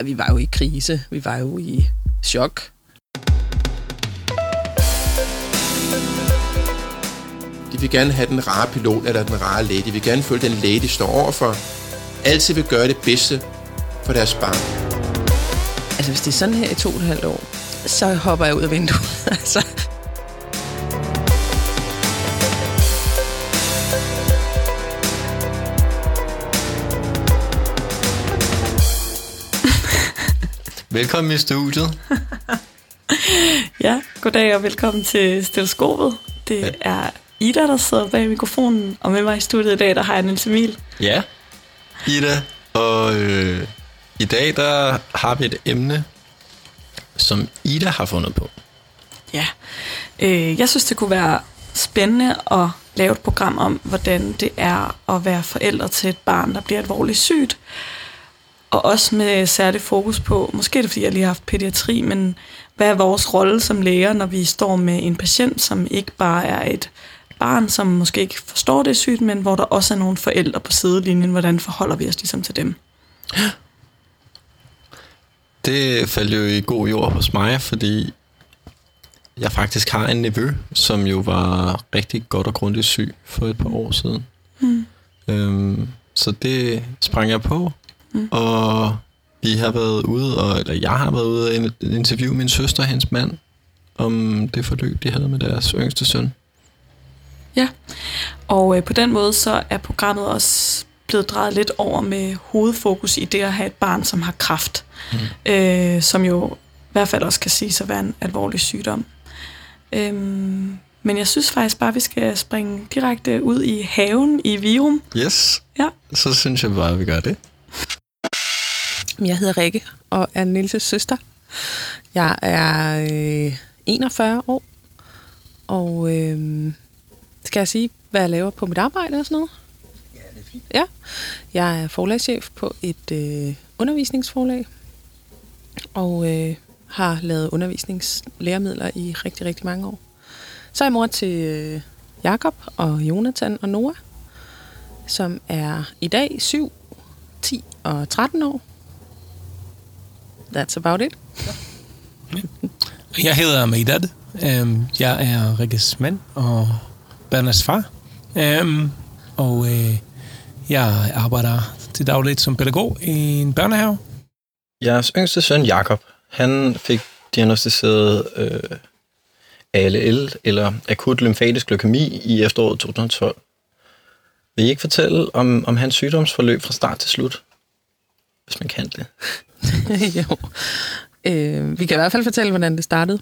Vi var jo i krise. Vi var jo i chok. De vil gerne have den rare pilot eller den rare læge. De vil gerne føle, den læge, de står overfor, altid vil gøre det bedste for deres barn. Altså, hvis det er sådan her i 2,5 år, så hopper jeg ud af vinduet. Altså. Velkommen i studiet. Ja, goddag og velkommen til Stetoskopet. Det er Ida, der sidder bag mikrofonen, og med mig i studiet i dag, der har jeg Niels Emil. Ja, Ida. Og i dag, der har vi et emne, som Ida har fundet på. Ja, jeg synes, det kunne være spændende at lave et program om, hvordan det er at være forældre til et barn, der bliver alvorligt sygt. Og også med særlig fokus på, måske er det fordi jeg lige har haft pædiatri, men hvad er vores rolle som læger, når vi står med en patient, som ikke bare er et barn, som måske ikke forstår det er sygt, men hvor der også er nogle forældre på sidelinjen. Hvordan forholder vi os ligesom til dem? Det faldt jo i god jord hos mig, fordi jeg faktisk har en nevø, som jo var rigtig godt og grundigt syg for et par år siden. Så det sprang jeg på. Og vi har været ude, eller jeg har været ude og interviewe min søster og hendes mand om det forløb, de havde med deres yngste søn. Ja, og på den måde så er programmet også blevet drejet lidt over med hovedfokus i det at have et barn, som har kræft, som jo i hvert fald også kan siges at være en alvorlig sygdom. Men jeg synes faktisk bare, at vi skal springe direkte ud i haven i Virum. Yes, ja. Så synes jeg bare, at vi gør det. Jeg hedder Rikke og er Niels' søster. Jeg er 41 år, og skal jeg sige, hvad jeg laver på mit arbejde og sådan noget? Ja, det er fint. Ja, jeg er forlagschef på et undervisningsforlag, og har lavet undervisningslæremidler i rigtig, rigtig mange år. Så er jeg mor til Jakob og Jonathan og Noah, som er i dag 7, 10 og 13 år. That's about it. Jeg hedder Medad. Jeg er Rikkes mand og Bernas far. Og jeg arbejder til dagligt som pædagog i en børnehave. Jeres yngste søn, Jakob, han fik diagnosticeret ALL, eller akut lymfatisk leukemi, i efteråret 2012. Vil I ikke fortælle om hans sygdomsforløb fra start til slut? Hvis man kan det. Jo. Vi kan i hvert fald fortælle, hvordan det startede.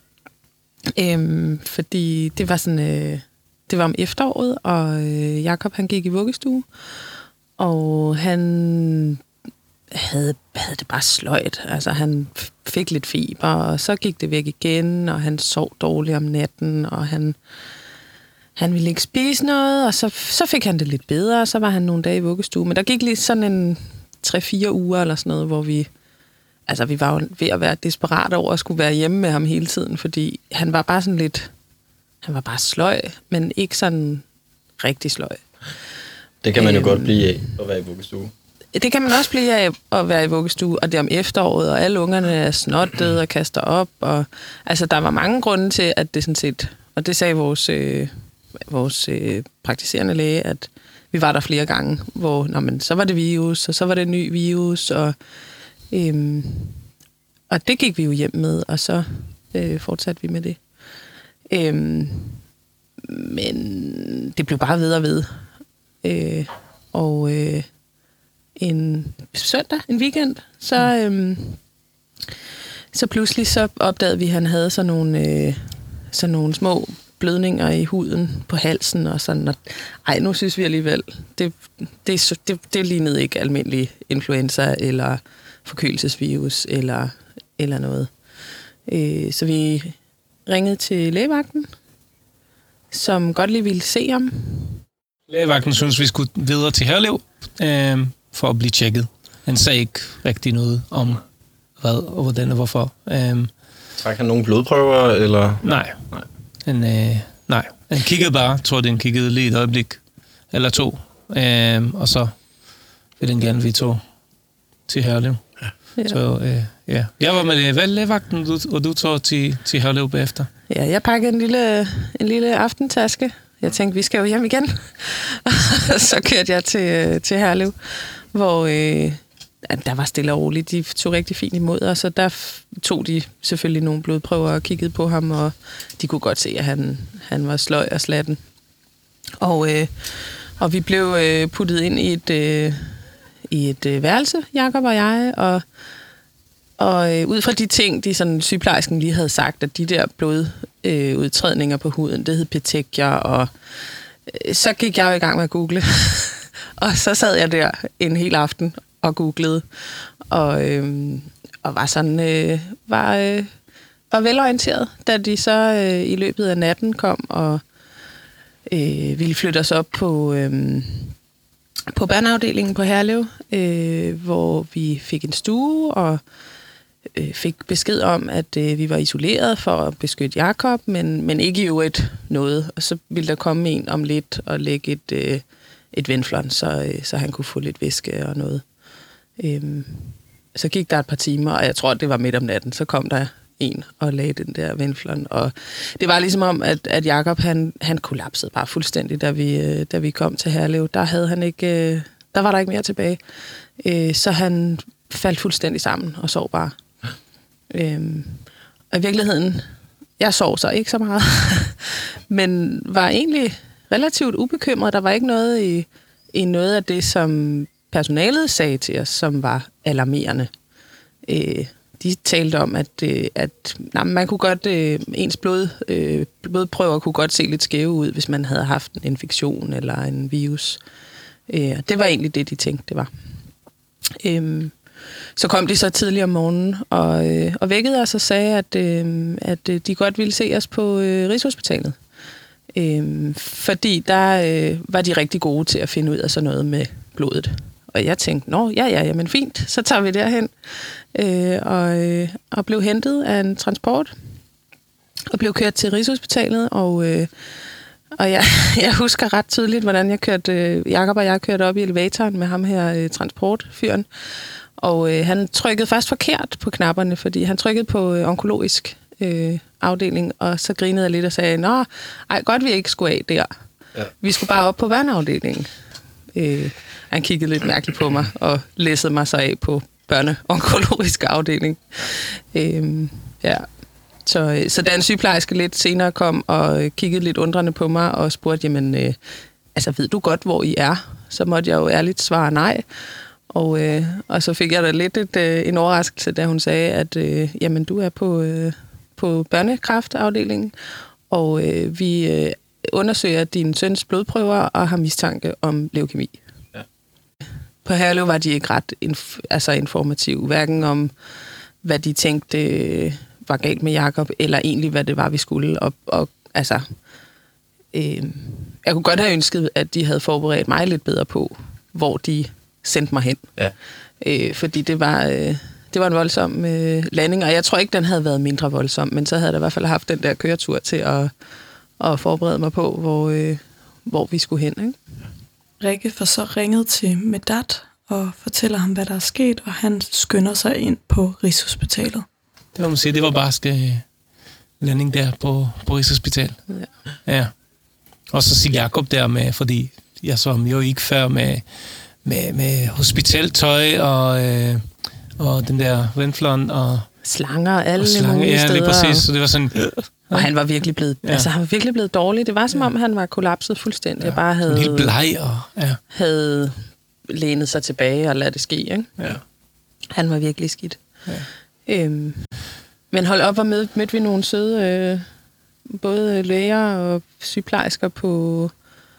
Fordi det var sådan, det var om efteråret, og Jakob han gik i vuggestue, og han havde det bare sløjt. Altså han fik lidt feber, og så gik det væk igen, og han sov dårligt om natten, og han ville ikke spise noget, og så fik han det lidt bedre, og så var han nogle dage i vuggestue. Men der gik lige sådan en 3-4 uger eller sådan noget, hvor vi var jo ved at være desperat over at skulle være hjemme med ham hele tiden, fordi han var bare sådan lidt, han var bare sløj, men ikke sådan rigtig sløj. Det kan man jo godt blive af at være i vuggestue. Det kan man også blive af at være i vuggestue, og det er om efteråret, og alle ungerne er snottede og kaster op, og altså der var mange grunde til, at det sådan set, og det sagde vores praktiserende læge, at vi var der flere gange, hvor så var det virus, og så var det en ny virus, og det gik vi jo hjem med, og så fortsatte vi med det. Men det blev bare ved og ved. En søndag, en weekend, så pludselig så opdagede vi, at han havde sådan nogle små blødninger i huden på halsen og sådan. Og, nu synes vi alligevel, det lignede ikke almindelig influenza eller forkølelsesvirus eller noget. Så vi ringede til lægevagten, som godt lige ville se ham. Lægevagten synes, vi skulle videre til Herlev for at blive tjekket. Han sagde ikke rigtig noget om hvad og hvordan og hvorfor. Træk han nogle blodprøver, eller? Nej. Han kiggede bare, tror det han kiggede lige et øjeblik eller to, og så vil den gerne vi tog til Herlev. Ja. Så ja, jeg var med valglægevagten, og du tog til Herlev bagefter. Ja, jeg pakkede en lille aftentaske. Jeg tænkte, vi skal jo hjem igen. Så kørte jeg til Herlev, hvor der var stille og roligt. De tog rigtig fint imod os, og der tog de selvfølgelig nogle blodprøver og kiggede på ham, og de kunne godt se, at han var sløj og slatten. Og vi blev puttet ind i et værelse, Jakob og jeg, og ud fra de ting, de sådan, sygeplejersken lige havde sagt, at de der blodudtrædninger på huden, det hed petechier, og så gik jeg jo i gang med at google. Og så sad jeg der en hel aften og googlede, og var sådan, var velorienteret, da de så i løbet af natten kom og ville flytte os op på børneafdelingen på Herlev, hvor vi fik en stue og fik besked om, at vi var isoleret for at beskytte Jakob, men ikke i øvrigt noget. Og så ville der komme en om lidt og lægge et venflon, så han kunne få lidt væske og noget. Så gik der et par timer, og jeg tror, det var midt om natten, så kom der en og lagde den der venflon. Og det var ligesom om, at Jakob, han kollapsede bare fuldstændig, da vi kom til Herlev. Der var der ikke mere tilbage. Så han faldt fuldstændig sammen og sov bare. Og i virkeligheden, jeg sov så ikke så meget, men var egentlig relativt ubekymret. Der var ikke noget i noget af det, som personalet sagde til os, som var alarmerende. De talte om, at man kunne godt, ens blodprøver kunne godt se lidt skæve ud, hvis man havde haft en infektion eller en virus. Det var egentlig det, de tænkte, det var. Så kom de så tidligere om morgenen og vækkede os og sagde, at de godt ville se os på Rigshospitalet. Fordi der var de rigtig gode til at finde ud af sådan noget med blodet. Og jeg tænkte, men fint, så tager vi derhen. Og blev hentet af en transport og blev kørt til Rigshospitalet. Og jeg husker ret tydeligt, hvordan Jakob og jeg kørte op i elevatoren med ham her transportfyren. Og han trykkede først forkert på knapperne, fordi han trykkede på onkologisk afdeling, og så grinede jeg lidt og sagde, godt vi ikke skulle af der. Ja. Vi skulle bare op på børneafdelingen. Han kiggede lidt mærkeligt på mig og læssede mig så af på børneonkologisk afdeling. Så da en sygeplejerske lidt senere kom og kiggede lidt undrende på mig og spurgte, jamen, ved du godt, hvor I er? Så måtte jeg jo ærligt svare nej. Og så fik jeg da lidt en overraskelse, da hun sagde, at jamen, du er på børnekræftafdelingen, og vi undersøger din søns blodprøver og har mistanke om leukemi. Ja. På Herlev var de ikke ret informative, hverken om, hvad de tænkte var galt med Jakob, eller egentlig, hvad det var, vi skulle. Jeg kunne godt have ønsket, at de havde forberedt mig lidt bedre på, hvor de sendte mig hen. Ja. Fordi det var en voldsom landing, og jeg tror ikke, den havde været mindre voldsom, men så havde jeg i hvert fald haft den der køretur til at forberede mig på, hvor vi skulle hen. Ikke? Rikke får så ringet til Medad og fortæller ham, hvad der er sket, og han skynder sig ind på Rigshospitalet. Det må man sige, det var bare landing der på Rigshospitalet. Ja. Og så siger Jakob der med, fordi jeg så ham jo ikke før med hospitaltøj og den der venflon og slanger og alle mulige steder. Ja, lige præcis. Så det var sådan. Og han var virkelig blevet dårlig. Det var som om han var kollapset fuldstændig. Jeg bare havde helt bleg havde lænet sig tilbage og ladet det ske. Ikke? Ja. Han var virkelig skidt. Ja. Men hold op, og mødte vi nogle søde både læger og sygeplejersker på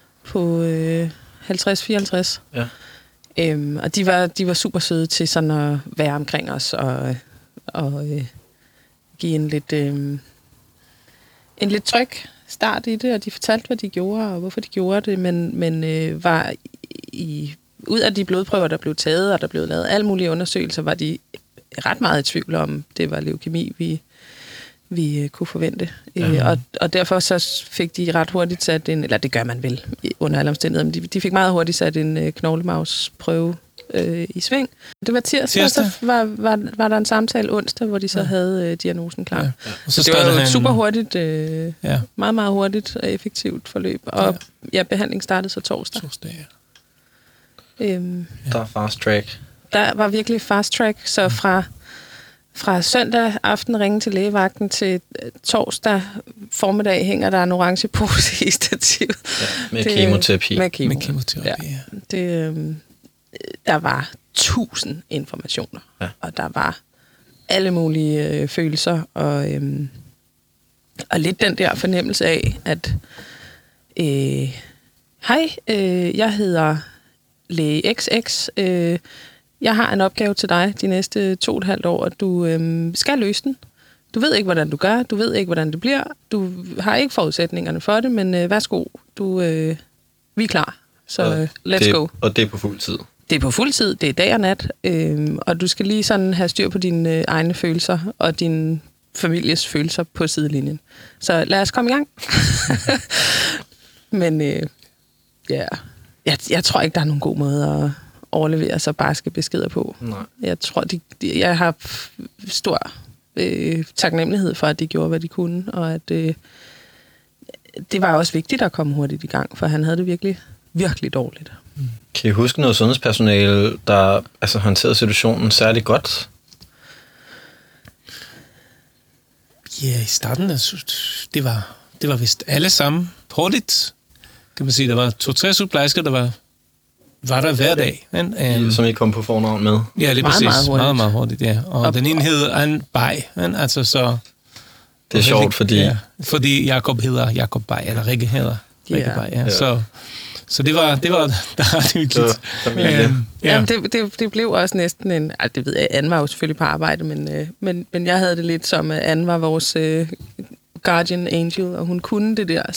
50-54. Ja. Og de var super søde til sådan at være omkring os og give en lidt tryg start i det, og de fortalte, hvad de gjorde, og hvorfor de gjorde det, men var ud af de blodprøver, der blev taget, og der blev lavet alle mulige undersøgelser, var de ret meget i tvivl om, det var leukemi, vi kunne forvente. Og derfor så fik de ret hurtigt sat en, eller det gør man vel under alle omstændigheder, men de fik meget hurtigt sat en knoglemarvsprøve i sving. Det var tirsdag, og så var der en samtale onsdag, hvor de så havde diagnosen klar. Ja. Og så det var jo et super hurtigt, meget, meget hurtigt og effektivt forløb. Og behandlingen startede så torsdag. Der er fast track. Der var virkelig fast track, så fra søndag aften ringe til lægevagten til torsdag formiddag hænger der en orange pose i stativet. Ja, med kemoterapi. Med kemoterapi, ja. Der var 1000 informationer, og der var alle mulige følelser, og lidt den der fornemmelse af, at hej, jeg hedder læge XX, jeg har en opgave til dig de næste 2,5 år, og du skal løse den. Du ved ikke, hvordan du gør, du ved ikke, hvordan det bliver, du har ikke forudsætningerne for det, men værsgo, vi er klar, så let's go. Og det er på fuld tid. Det er på fuld tid, det er dag og nat, og du skal lige sådan have styr på dine egne følelser, og din families følelser på sidelinjen. Så lad os komme i gang. Men jeg tror ikke, der er nogen god måde at overlevere så barske beskeder på. Nej. Jeg tror, jeg har stor taknemmelighed for, at de gjorde, hvad de kunne, og at det var også vigtigt at komme hurtigt i gang, for han havde det virkelig, virkelig dårligt. Kan I huske noget sundhedspersonale, der håndterede situationen særlig godt? Ja, i starten, det var vist alle sammen hurtigt. Kan man sige, der var 2-3 sygeplejersker, der var der hver dag. Som I kom på fornavn med? Ja, lige præcis. Meget hurtigt, ja. Og den ene hed Anne Bay, altså så... Det er sjovt, fordi... Ja, fordi Jakob hedder Jakob Bay, eller Rikke hedder Rikke Bay, ja. Så det var der hyggeligt. Det blev også næsten en... Altså, det ved jeg, Anne var jo selvfølgelig på arbejde, men jeg havde det lidt som, at Anne var vores guardian angel, og hun kunne det der,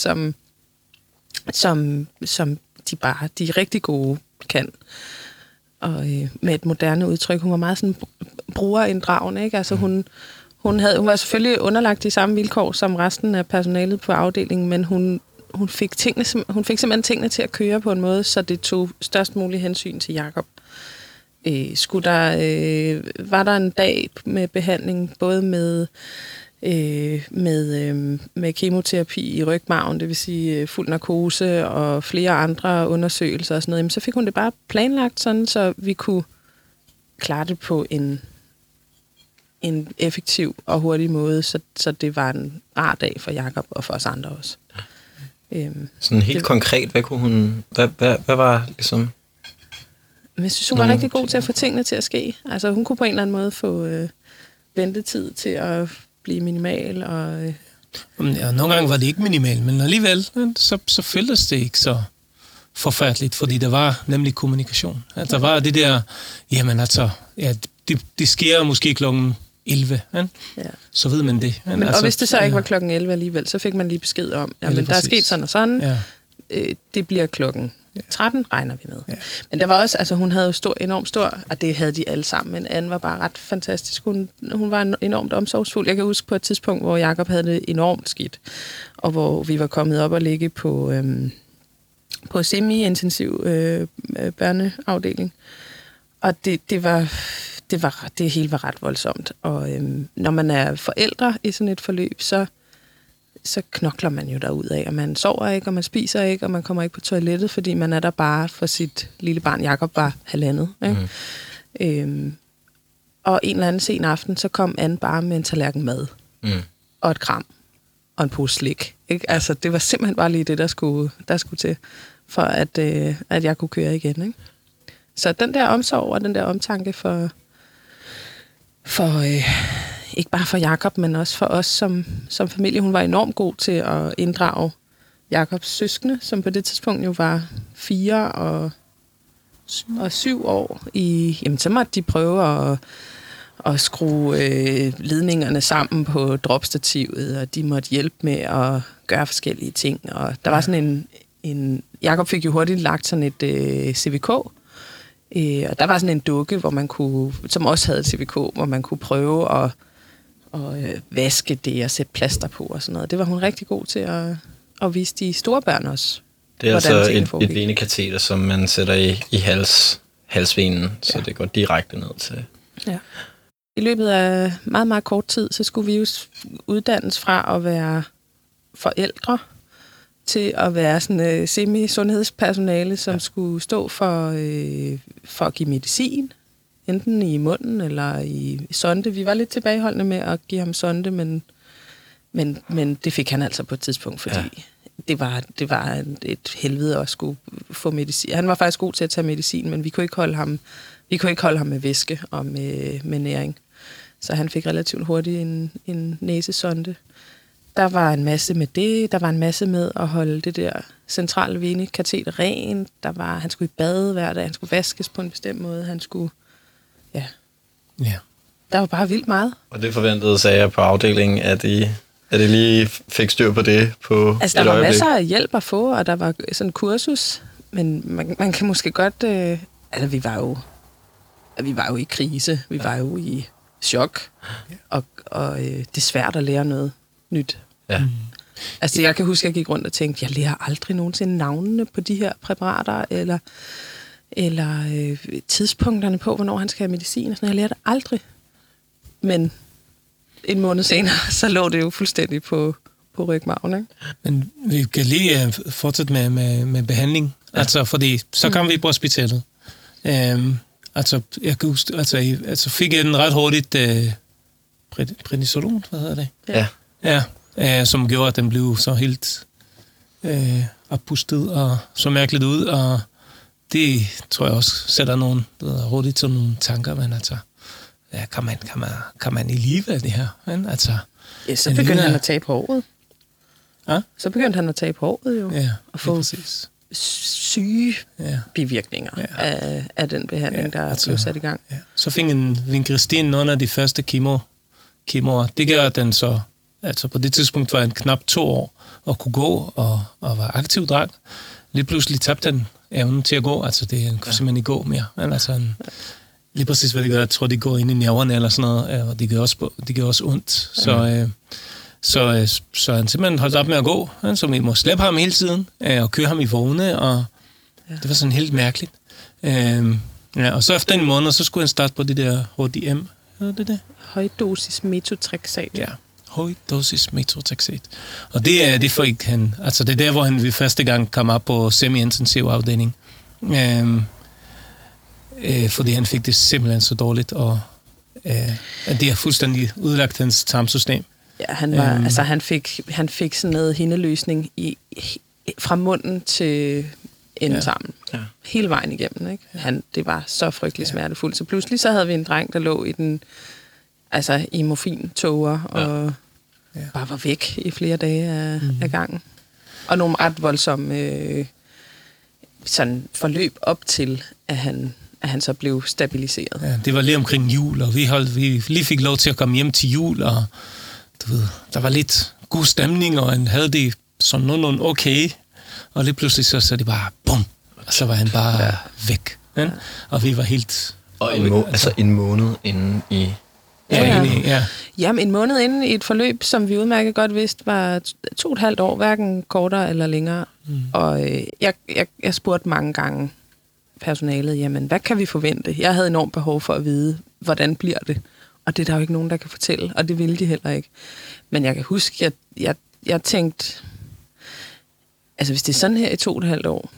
som de rigtig gode kan. Og med et moderne udtryk. Hun var meget sådan brugerinddragende, ikke? Altså hun var selvfølgelig underlagt de samme vilkår som resten af personalet på afdelingen, men hun fik simpelthen tingene til at køre på en måde, så det tog størst mulig hensyn til Jakob. Var der en dag med behandling, både med kemoterapi i rygmarven, det vil sige fuld narkose og flere andre undersøgelser og sådan noget, jamen, så fik hun det bare planlagt sådan, så vi kunne klare det på en effektiv og hurtig måde, så det var en rar dag for Jakob og for os andre også. Sådan helt konkret, hvad var ligesom... Jeg synes, hun var rigtig god til at få tingene til at ske. Altså hun kunne på en eller anden måde få ventetid til at blive minimal. Og nogle gange var det ikke minimal, men alligevel så føltes det ikke så forfærdeligt, fordi der var nemlig kommunikation. Altså, der var det der, jamen altså, ja, det sker måske klokken 11, ja? Ja. Så ved man det. Men, og hvis det så ikke var klokken 11 alligevel, så fik man lige besked om, jamen der er sket sådan og sådan, det bliver klokken 13, regner vi med. Ja. Men der var også, altså hun havde jo enormt stor, og det havde de alle sammen, men Anne var bare ret fantastisk. Hun var enormt omsorgsfuld. Jeg kan huske på et tidspunkt, hvor Jakob havde det enormt skidt, og hvor vi var kommet op og ligge på semi-intensiv børneafdeling. Og det hele var ret voldsomt. Og når man er forældre i sådan et forløb, så knokler man jo derudad, og man sover ikke, og man spiser ikke, og man kommer ikke på toilettet, fordi man er der bare for sit lille barn. Jakob var 1,5. Ikke? Og en eller anden sen aften, så kom Anne bare med en tallerken mad, og et kram, og en pose slik. Ikke? Altså, det var simpelthen bare lige det, der skulle til, for at jeg kunne køre igen. Ikke? Så den der omsorg og den der omtanke for ikke bare for Jakob, men også for os som familie. Hun var enormt god til at inddrage Jakobs søskende, som på det tidspunkt jo var 4 og 7 år. Jamen, så måtte de prøve at skrue ledningerne sammen på dropstativet, og de måtte hjælpe med at gøre forskellige ting. Og der var sådan en Jakob fik jo hurtigt lagt sådan et CVK, og der var sådan en dukke, hvor man kunne, som også havde et CVK, hvor man kunne prøve at vaske det og sætte plaster på og sådan noget. Det var hun rigtig god til at vise de store børn også. Det er altså et venekateter, som man sætter i halsvenen, så det går direkte ned til. Ja. I løbet af meget, meget kort tid, så skulle vi jo uddannes fra at være forældre til at være sådan semi-sundhedspersonale, som skulle stå for at give medicin, enten i munden eller i sonde. Vi var lidt tilbageholdende med at give ham sonde, men det fik han altså på et tidspunkt, fordi det var et helvede at skulle få medicin. Han var faktisk god til at tage medicin, men vi kunne ikke holde ham med væske og med næring. Så han fik relativt hurtigt en næsesonde. Der var en masse med det. Der var en masse med at holde det der centrale venekateter rent. Han skulle i bade hver dag. Han skulle vaskes på en bestemt måde. Han skulle... Ja. Der var bare vildt meget. Og det forventede sager på afdelingen, at I lige fik styr på det på et øjeblik? Der var masser af hjælp at få, og der var sådan en kursus. Men man kan måske godt... vi var jo i krise. Vi var jo i chok. Og det er svært at lære noget nyt. Ja. Altså, jeg kan huske, at jeg gik rundt og tænkte, jeg lærer aldrig nogensinde navnene på de her præparater, eller tidspunkterne på, hvornår han skal have medicin. Og sådan. Jeg lærer det aldrig. Men en måned senere, så lå det jo fuldstændig på rygmarven, ikke? Men vi kan lige fortsætte med behandling. Ja. Altså, fordi så kom vi på hospitalet. Jeg kan huske, fik jeg den ret hurtigt prednisolon, hvad hedder det? Ja, som gjorde, at den blev så helt oppustet og så mærkeligt ud, og det tror jeg også sætter nogen hurtigt sådan nogle tanker, men altså, kan man i live af det her? Men, altså, ja, så begyndte han at tabe håret. Ja? Så begyndte han at tabe håret jo. Ja, og få præcis. Syge bivirkninger af den behandling, der blev sat i gang. Ja. Så fik en vinkristin under de første kemoer. Det gør den så, altså på det tidspunkt var en knap 2 år og kunne gå og var aktiv dreng. Lige pludselig tabte den evnen til at gå, altså det kunne simpelthen ikke gå mere. Men altså lige præcis hvad det gør, jeg tror det går ind i nerverne eller sådan noget, og det gør også ondt. Så han simpelthen holdt op med at gå, så vi må slæbe ham hele tiden og køre ham i vogne, og det var sådan helt mærkeligt. Og så efter en måned, så skulle han starte på det der HDM. Hvad er det? Højdosis metotrexat. Ja, højdosis metotrexat. Og det får ikke han, altså det er der, hvor han ved første gang kom op på semi-intensiv afdeling. Fordi han fik det simpelthen så dårligt, og det har fuldstændig udlagt hans tarmsystem. Ja, han fik sådan noget hindeløsning fra munden til endetarmen. Ja. Hele vejen igennem, ikke? Det var så frygtelig smertefuldt. Så pludselig så havde vi en dreng, der lå i morfintåger og bare var væk i flere dage af gangen. Og nogle ret voldsomme sådan forløb op til, at han så blev stabiliseret. Ja, det var lige omkring jul, og vi lige fik lov til at komme hjem til jul, og du ved, der var lidt god stemning, og han havde det sådan nogenlunde okay, og lige pludselig så det bare bum, og så var han bare væk. Ja? Og vi var helt... Og en måned inden i... Jamen, en måned inden i et forløb, som vi udmærket godt vidste, var 2,5 år, hverken kortere eller længere. Og jeg spurgte mange gange personalet, jamen, hvad kan vi forvente? Jeg havde enormt behov for at vide, hvordan bliver det? Og det er der jo ikke nogen, der kan fortælle, og det ville de heller ikke. Men jeg kan huske, at jeg tænkte, altså hvis det er sådan her i 2,5 år,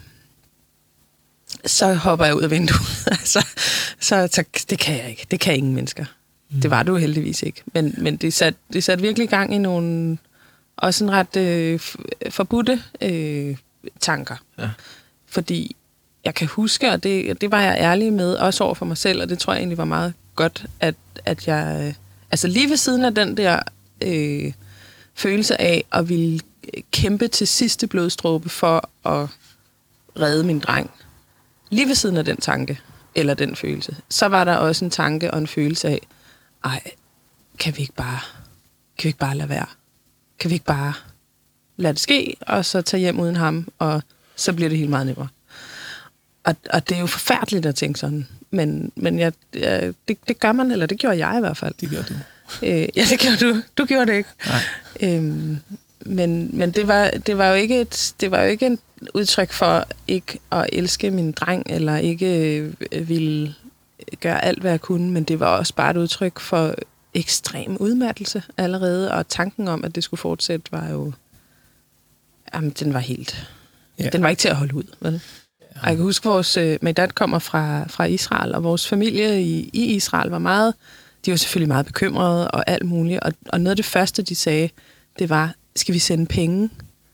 så hopper jeg ud af vinduet. så det kan jeg ikke. Det kan ingen mennesker. Det var det jo heldigvis ikke. Men det satte virkelig gang i nogle også en ret forbudte tanker. Ja. Fordi jeg kan huske, og det var jeg ærlig med, også over for mig selv, og det tror jeg egentlig var meget godt, at jeg... altså lige ved siden af den der følelse af at ville kæmpe til sidste blodstråbe for at redde min dreng. Lige ved siden af den tanke, eller den følelse, så var der også en tanke og en følelse af, kan vi ikke bare lade være? Kan vi ikke bare lade det ske, og så tage hjem uden ham, og så bliver det helt meget nemmere. Og det er jo forfærdeligt at tænke sådan, men det gør man, eller det gjorde jeg i hvert fald. Det gør du. Ja, det gjorde du. Du gjorde det ikke. Nej. Men det var jo ikke et udtryk for ikke at elske min dreng, eller ikke ville gøre alt, hvad jeg kunne, men det var også bare et udtryk for ekstrem udmattelse allerede, og tanken om, at det skulle fortsætte, var jo... Jamen, den var helt... Ja. Den var ikke til at holde ud, vel? Ja. Og jeg kan huske, min dad kommer fra Israel, og vores familie i Israel var meget... De var selvfølgelig meget bekymrede og alt muligt, og noget af det første, de sagde, det var, skal vi sende penge?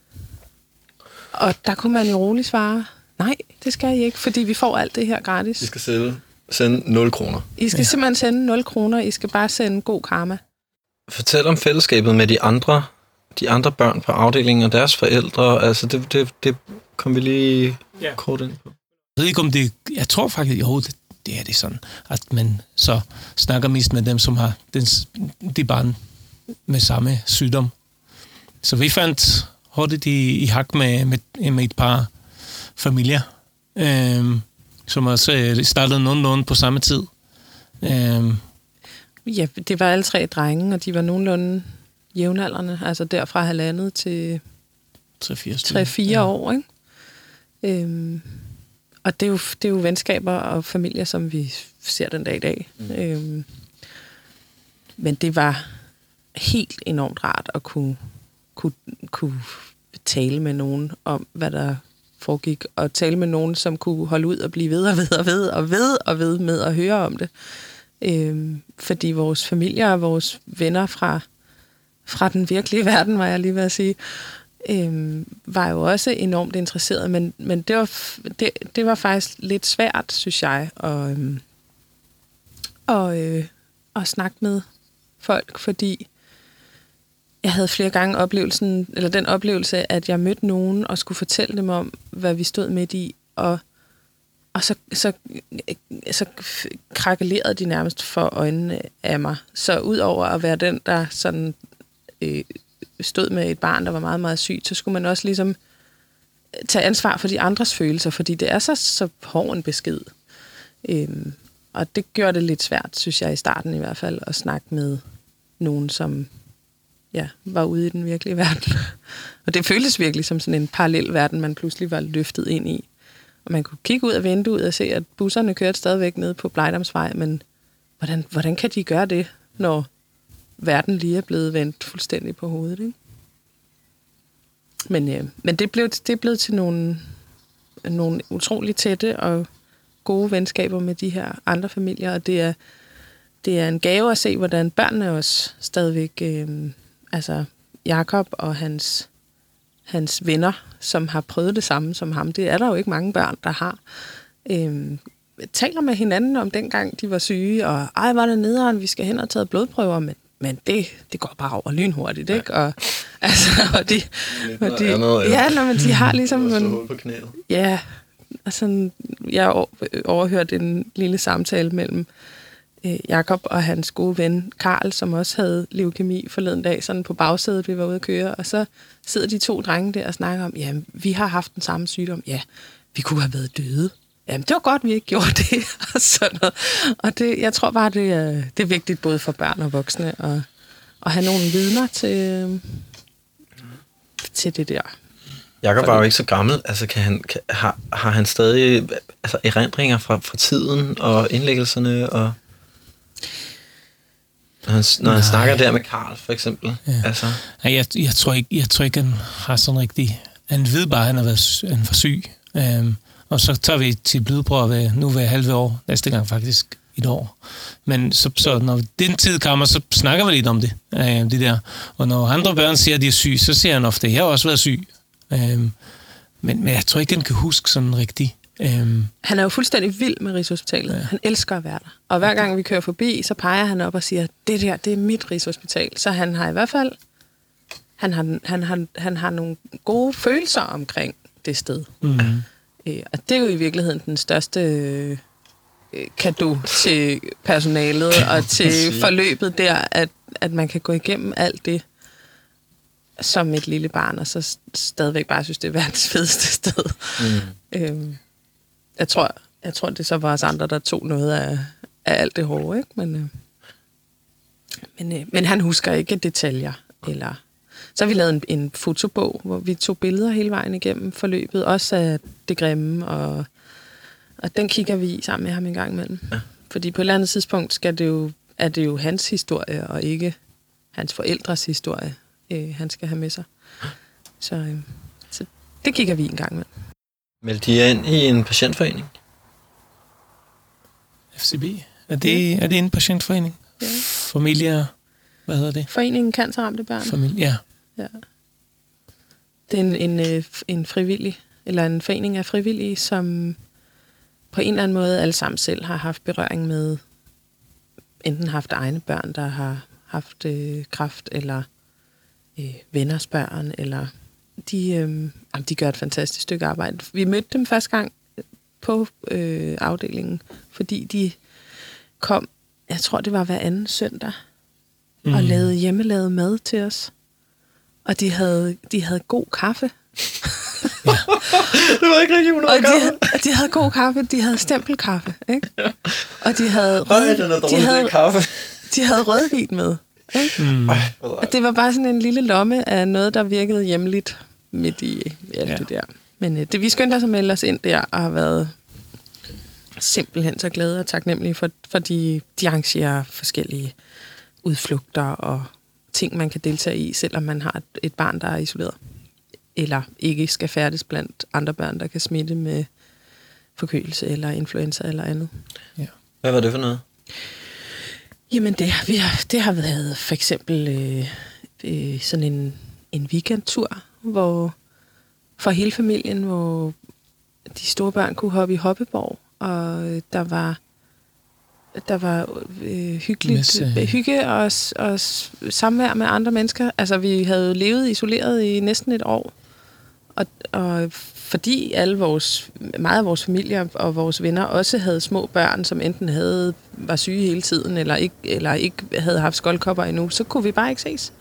Og der kunne man jo roligt svare, nej, det skal I ikke, fordi vi får alt det her gratis. I skal sende 0 kroner. I skal simpelthen sende 0 kroner, I skal bare sende god karma. Fortæl om fællesskabet med de andre børn på afdelingen og deres forældre. Altså, det kom vi lige kort ind på. Jeg ved ikke om det... Jeg tror faktisk, jo, det er det sådan, at man så snakker mest med dem, som har de barn med samme sygdom. Så vi fandt hurtigt i hak med et par familier, som også startede nogenlunde på samme tid. Ja, det var alle 3 drenge, og de var nogenlunde jævnaldrende, altså derfra 1,5 til 3-4 år, ikke? Og det er jo venskaber og familier, som vi ser den dag i dag. Men det var helt enormt rart at kunne tale med nogen om, hvad der foregik, og tale med nogen, som kunne holde ud og blive ved og ved med at høre om det. Fordi vores familier og vores venner fra den virkelige verden, var jeg lige ved at sige, var jo også enormt interesseret, men det var faktisk lidt svært, synes jeg, at snakke med folk, fordi jeg havde flere gange den oplevelse, at jeg mødte nogen og skulle fortælle dem om, hvad vi stod midt i, og så krakelerede de nærmest for øjnene af mig. Så ud over at være den, der sådan stod med et barn, der var meget, meget sygt, så skulle man også ligesom tage ansvar for de andres følelser, fordi det er så hård en besked. Og det gjorde det lidt svært, synes jeg, i starten i hvert fald, at snakke med nogen, som var ude i den virkelige verden. Og det føltes virkelig som sådan en parallel verden, man pludselig var løftet ind i. Og man kunne kigge ud af vinduet og se, at busserne kørte stadigvæk ned på Blejdomsvej, men hvordan kan de gøre det, når verden lige er blevet vendt fuldstændig på hovedet, ikke? Men det blev til nogle utroligt tætte og gode venskaber med de her andre familier, og det er en gave at se, hvordan børnene også stadigvæk, altså Jakob og hans venner, som har prøvet det samme som ham, det er der jo ikke mange børn, der har, taler med hinanden om dengang de var syge, og var det nederen, vi skal hen og tage blodprøver, men det går bare over lynhurtigt, ikke? Og de har ligesom jeg overhørte en lille samtale mellem Jakob og hans gode ven Karl, som også havde leukemi forleden dag, sådan på bagsædet, vi var ude at køre, og så sidder de 2 drenge der og snakker om, jamen, vi har haft den samme sygdom, ja, vi kunne have været døde. Jamen, det var godt, vi ikke gjorde det, og sådan noget. Og jeg tror bare, det er vigtigt både for børn og voksne at have nogle vidner til det der. Jakob var jo ikke så gammel. Altså, har han stadig erindringer fra tiden og indlæggelserne? Og når han snakker der med Karl, for eksempel. Ja. Altså. Jeg tror ikke, han har sådan rigtig... Han ved bare, at han er for syg. Og så tager vi til blodprøver nu hver halve år. Næste gang faktisk et år. Men så når den tid kommer, så snakker vi lidt om det der. Og når andre børn siger, at de er syge, så siger han ofte, at jeg har også været syg. Men jeg tror ikke, han kan huske sådan rigtigt. Han er jo fuldstændig vild med Rigshospitalet. Ja. Han elsker at være der. Og hver gang vi kører forbi, så peger han op og siger, det der, det er mit Rigshospital. Så han har i hvert fald, han har nogle gode følelser omkring det sted. Mm-hmm. Og det er jo i virkeligheden den største cadeau til personalet og til forløbet der, at man kan gå igennem alt det som et lille barn, og så stadigvæk bare synes, det er verdens fedeste sted. Mm. Jeg tror, det så var os andre, der tog noget af alt det hårde, ikke? Men han husker ikke detaljer. Eller Så har vi lavet en fotobog, hvor vi tog billeder hele vejen igennem forløbet, også af det grimme, og den kigger vi i sammen med ham en gang imellem. Ja. Fordi på et eller andet tidspunkt er det jo hans historie, og ikke hans forældres historie, han skal have med sig. Så det kigger vi en gang imellem. Meldte I ind i en patientforening? FCB? Er det en patientforening? Ja. Familier? Hvad hedder det? Foreningen Cancerramte Børn. Familie, ja. Det er en frivillig, eller en forening af frivillige, som på en eller anden måde alle sammen selv har haft berøring med, enten haft egne børn, der har haft kræft, eller venners børn, eller de gør et fantastisk stykke arbejde. Vi mødte dem første gang på afdelingen, fordi de kom, jeg tror det var hver anden søndag, og lavede hjemmelavet mad til os. Og de havde god kaffe. Ja. Det var ikke rigtig 100 kaffe. De havde god kaffe, de havde stempelkaffe, ikke? Ja. Og de havde rødvin med, ikke? Og det var bare sådan en lille lomme af noget, der virkede hjemligt midt i alt det der. Men vi skyndte os at melde os ind der, og har været simpelthen så glade og taknemmelige for de arrangerer forskellige udflugter og ting, man kan deltage i, selvom man har et barn, der er isoleret. Eller ikke skal færdes blandt andre børn, der kan smitte med forkølelse eller influenza eller andet. Ja. Hvad var det for noget? Jamen, det har været for eksempel sådan en weekendtur, hvor for hele familien, hvor de store børn kunne hoppe i hoppeborg, og der var hygge og samvær med andre mennesker. Altså, vi havde levet isoleret i næsten et år, og fordi meget af vores familier og vores venner også havde små børn, som enten var syge hele tiden, eller ikke havde haft skoldkopper endnu, så kunne vi bare ikke ses.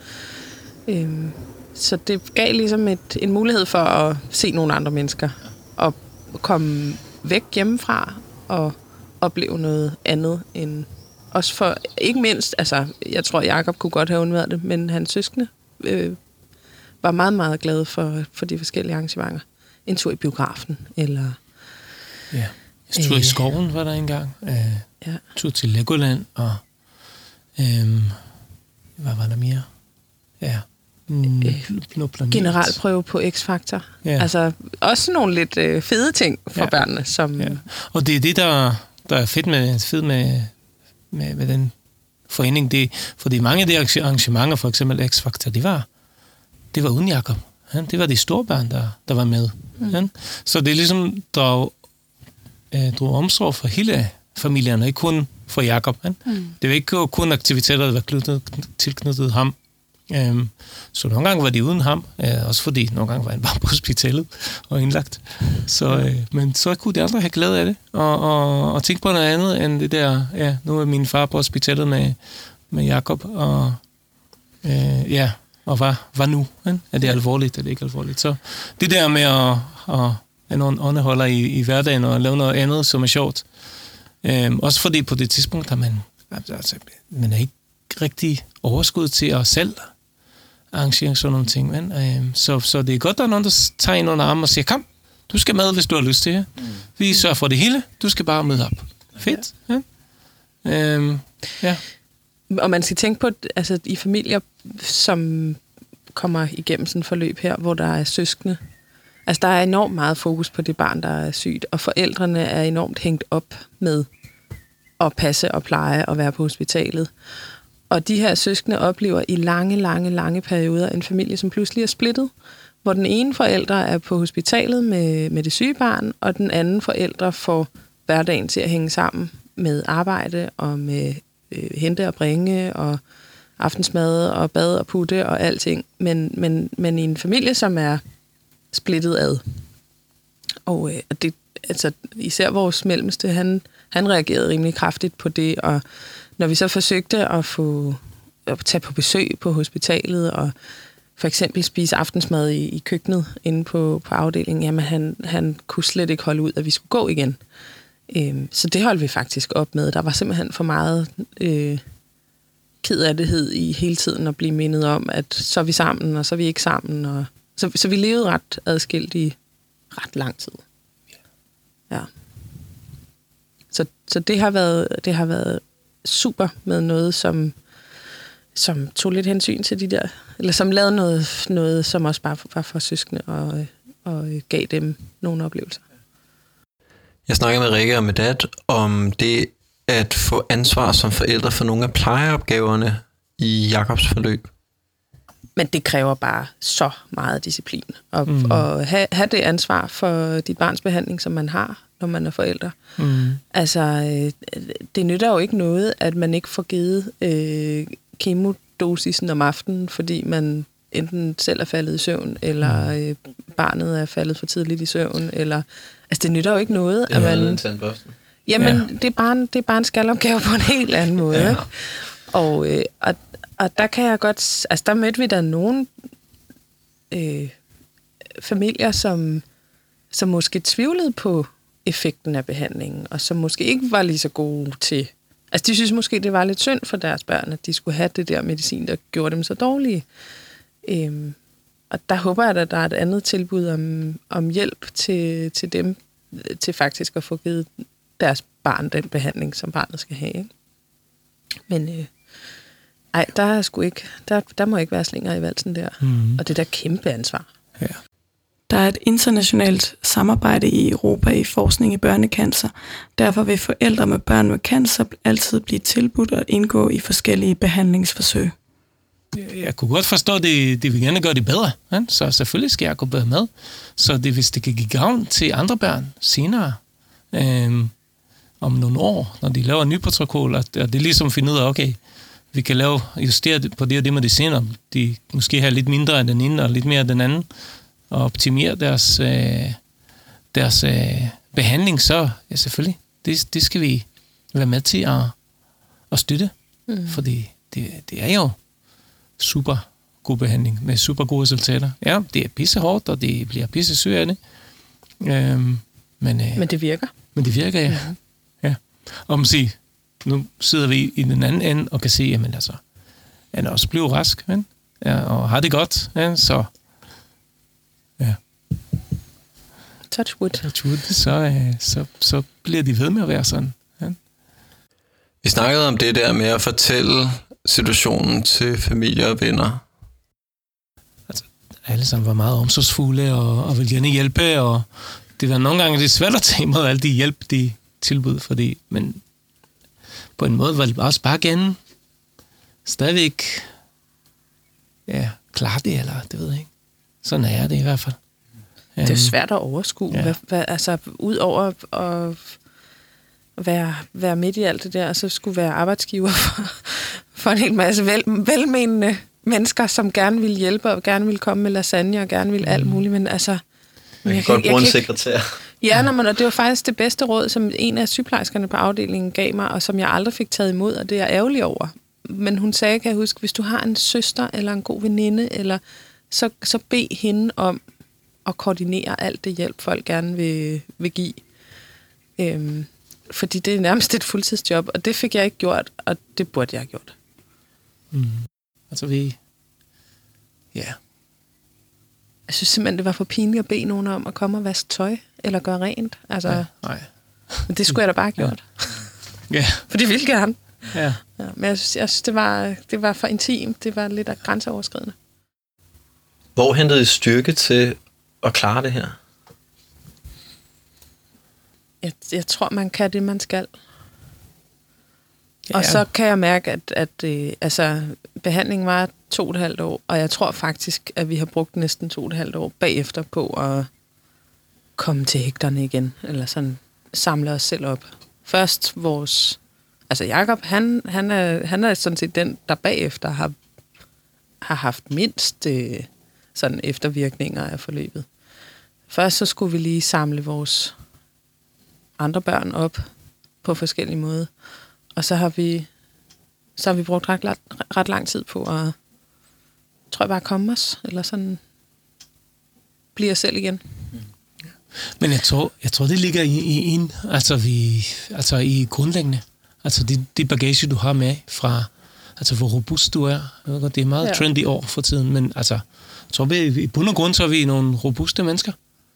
Så det gav ligesom en mulighed for at se nogle andre mennesker, og komme væk hjemmefra, og opleve noget andet end også for, ikke mindst, altså, jeg tror, Jacob kunne godt have undværet det, men hans søskende var meget, meget glade for de forskellige arrangementer. En tur i biografen, eller... Ja, en tur i skoven var der engang. Tur til Legoland, og... hvad var der mere? Ja. Generalprøve på X-Factor. Ja. Altså, også nogle lidt fede ting for børnene, som... Ja. Og det er det, der er fedt med den forening. Fordi mange af de arrangementer, for eksempel X-Factor, det var uden Jacob. Ja? Det var de store børn, der var med. Ja? Så det er ligesom drog omsorg for hele familien, ikke kun for Jacob. Ja? Det var ikke kun aktiviteter, der var tilknyttet ham. Så nogle gange var de uden ham, også fordi nogle gange var han bare på hospitalet og indlagt. Men så kunne de andre have glæde af det, og tænke på noget andet end det der, nu er min far på hospitalet med Jacob, og og hvad nu? Er det alvorligt, er det ikke alvorligt? Så det der med at nogle åndeholder i hverdagen og lave noget andet, som er sjovt. Også fordi på det tidspunkt, man er ikke rigtig overskud til at selv arrangere sådan nogle ting. Så det er godt, der er nogen, der tager ind under armen og siger, kom, du skal med, hvis du har lyst til det. Vi sørger for det hele, du skal bare møde op. Fedt. Ja. Og man skal tænke på, altså i familier, som kommer igennem sådan et forløb her, hvor der er søskende. Altså der er enormt meget fokus på det barn, der er sygt, og forældrene er enormt hængt op med at passe og pleje og være på hospitalet. Og de her søskende oplever i lange perioder en familie, som pludselig er splittet, hvor den ene forælder er på hospitalet med det syge barn, og den anden forælder får hverdagen til at hænge sammen med arbejde og med hente og bringe og aftensmad og bad og putte og alting. Men i en familie, som er splittet ad. Og det, altså, især vores mellemste, han reagerede rimelig kraftigt på det, og når vi så forsøgte at tage på besøg på hospitalet og for eksempel spise aftensmad i køkkenet inde på afdelingen, jamen han kunne slet ikke holde ud, at vi skulle gå igen. Så det holdt vi faktisk op med. Der var simpelthen for meget kedattighed i hele tiden at blive mindet om, at så er vi sammen, og så er vi ikke sammen. Og så vi levede ret adskilt i ret lang tid. Ja. Så det har været super med noget, som tog lidt hensyn til de der, eller som lavede noget som også bare var for søskende og gav dem nogle oplevelser. Jeg snakkede med Rikke og med Dad om det at få ansvar som forældre for nogle af plejeopgaverne i Jakobs forløb. Men det kræver bare så meget disciplin. Og have det ansvar for dit barns behandling, som man har, når man er forældre. Altså, det nytter jo ikke noget, at man ikke får givet kemodosisen om aftenen, fordi man enten selv er faldet i søvn, eller barnet er faldet for tidligt i søvn, eller... Altså, det nytter jo ikke noget, at man... Jamen, det er bare en skalopgave på en helt anden måde. Ja. Og der kan jeg godt... Altså, der mødte vi da nogle familier, som måske tvivlede på effekten af behandlingen, og som måske ikke var lige så gode til... Altså, de synes måske, det var lidt synd for deres børn, at de skulle have det der medicin, der gjorde dem så dårlige. Og der håber jeg, at der er et andet tilbud om hjælp til dem, til faktisk at få givet deres barn den behandling, som barnet skal have. Ikke? Men der er sgu ikke, der må ikke være slinger i valsen der. Og det der kæmpe ansvar. Ja. Der er et internationalt samarbejde i Europa i forskning i børnecancer. Derfor vil forældre med børn med cancer altid blive tilbudt at indgå i forskellige behandlingsforsøg. Jeg kunne godt forstå, at det vil gerne gøre det bedre. Ja? Så selvfølgelig skal jeg gå bedre med. Så hvis det kan give gavn til andre børn senere, om nogle år, når de laver en ny protokol, og det er ligesom at finde ud af, okay, vi kan justere på det og det mediciner. De måske har lidt mindre af den ene og lidt mere af den anden, og optimere deres behandling, så ja, selvfølgelig. Det skal vi være med til at støtte, fordi det er jo super god behandling med super gode resultater. Ja, det er pissehårdt, og det bliver pissesyg af det. Men det virker. Men det virker, ja. Mm-hmm. Ja. Og man siger, nu sidder vi i den anden ende og kan se, jamen altså, han er også blevet rask, ja, og har det godt, ja, så ja. Touch wood. Så bliver de ved med at være sådan. Ja. Vi snakkede om det der med at fortælle situationen til familie og venner. Altså, alle sammen var meget omsorgsfulde og ville gerne hjælpe, og det var nogle gange det svært at tage imod alle de hjælp, de tilbud, men på en måde var det også bare gerne stadigvæk klare det, eller det ved jeg ikke. Sådan er det i hvert fald. Det er svært at overskue. Ja. Altså, ud over at være midt i alt det der, og så skulle være arbejdsgiver for en hel masse velmenende mennesker, som gerne ville hjælpe, og gerne ville komme med lasagne, og gerne ville alt muligt, men altså... Man kan godt bruge en sekretær. Ja, og det var faktisk det bedste råd, som en af sygeplejerskerne på afdelingen gav mig, og som jeg aldrig fik taget imod, og det er jeg ærgerlig over. Men hun sagde, kan jeg huske, hvis du har en søster, eller en god veninde, eller så bed hende om at koordinere alt det hjælp, folk gerne vil give. Fordi det er nærmest et fuldtidsjob, og det fik jeg ikke gjort, og det burde jeg have gjort. Altså ja. Jeg synes simpelthen, det var for pinligt at bede nogen om at komme og vaske tøj, eller gøre rent. Altså, nej. Men det skulle jeg da bare have gjort. Ja. For det ville gerne. Ja. Men jeg synes det var for intimt. Det var lidt grænseoverskridende. Hvor hentede I styrke til at klare det her? Jeg tror, man kan det, man skal. Ja. Og så kan jeg mærke, at behandlingen var 2,5 år, og jeg tror faktisk, at vi har brugt næsten 2,5 år bagefter på at komme til hægterne igen, eller sådan samle os selv op. Først Jakob, han er sådan set den, der bagefter har haft mindst sådan eftervirkninger af forløbet. Først så skulle vi lige samle vores andre børn op på forskellige måder, og så har vi brugt ret lang tid på at, tror jeg, bare komme os, eller sådan blive os selv igen. Men jeg tror det ligger i grundlæggende. Altså det bagage, du har med fra... altså hvor robust du er. Det er meget trendy år for tiden, men altså, jeg tror vi i bund og grund, så er vi nogle robuste mennesker,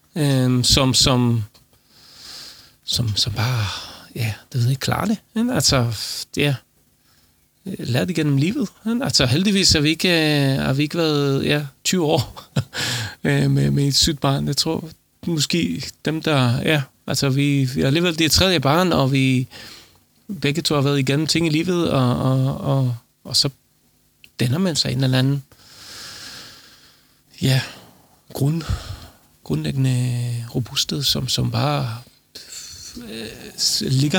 som bare, ja, det ved jeg ikke, klarer det. Altså, ja, lært igennem livet. Altså, heldigvis har vi ikke været 20 år med et sygt barn. Jeg tror, måske dem, der, altså, vi har alligevel det tredje barn, og vi begge to har været igennem ting i livet, og så danner man sig en eller anden, grundlæggende robusthed, som bare ligger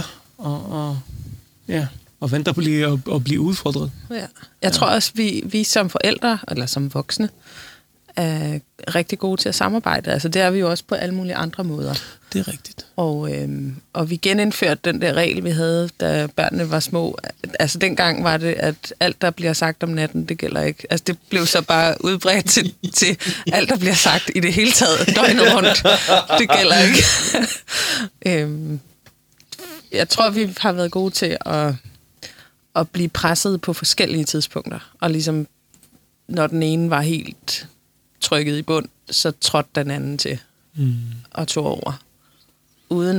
og venter på at blive udfordret. Ja. Jeg tror også, vi som forældre, eller som voksne, er rigtig gode til at samarbejde. Altså det er vi jo også på alle mulige andre måder. Det er rigtigt. Og vi genindførte den der regel, vi havde, da børnene var små. Altså dengang var det, at alt, der bliver sagt om natten, det gælder ikke. Altså det blev så bare udbredt til alt, der bliver sagt i det hele taget, døgnet rundt. Det gælder ikke. Jeg tror, vi har været gode til at blive presset på forskellige tidspunkter. Og ligesom, når den ene var helt trykket i bund, så trådte den anden til og tog over. Uden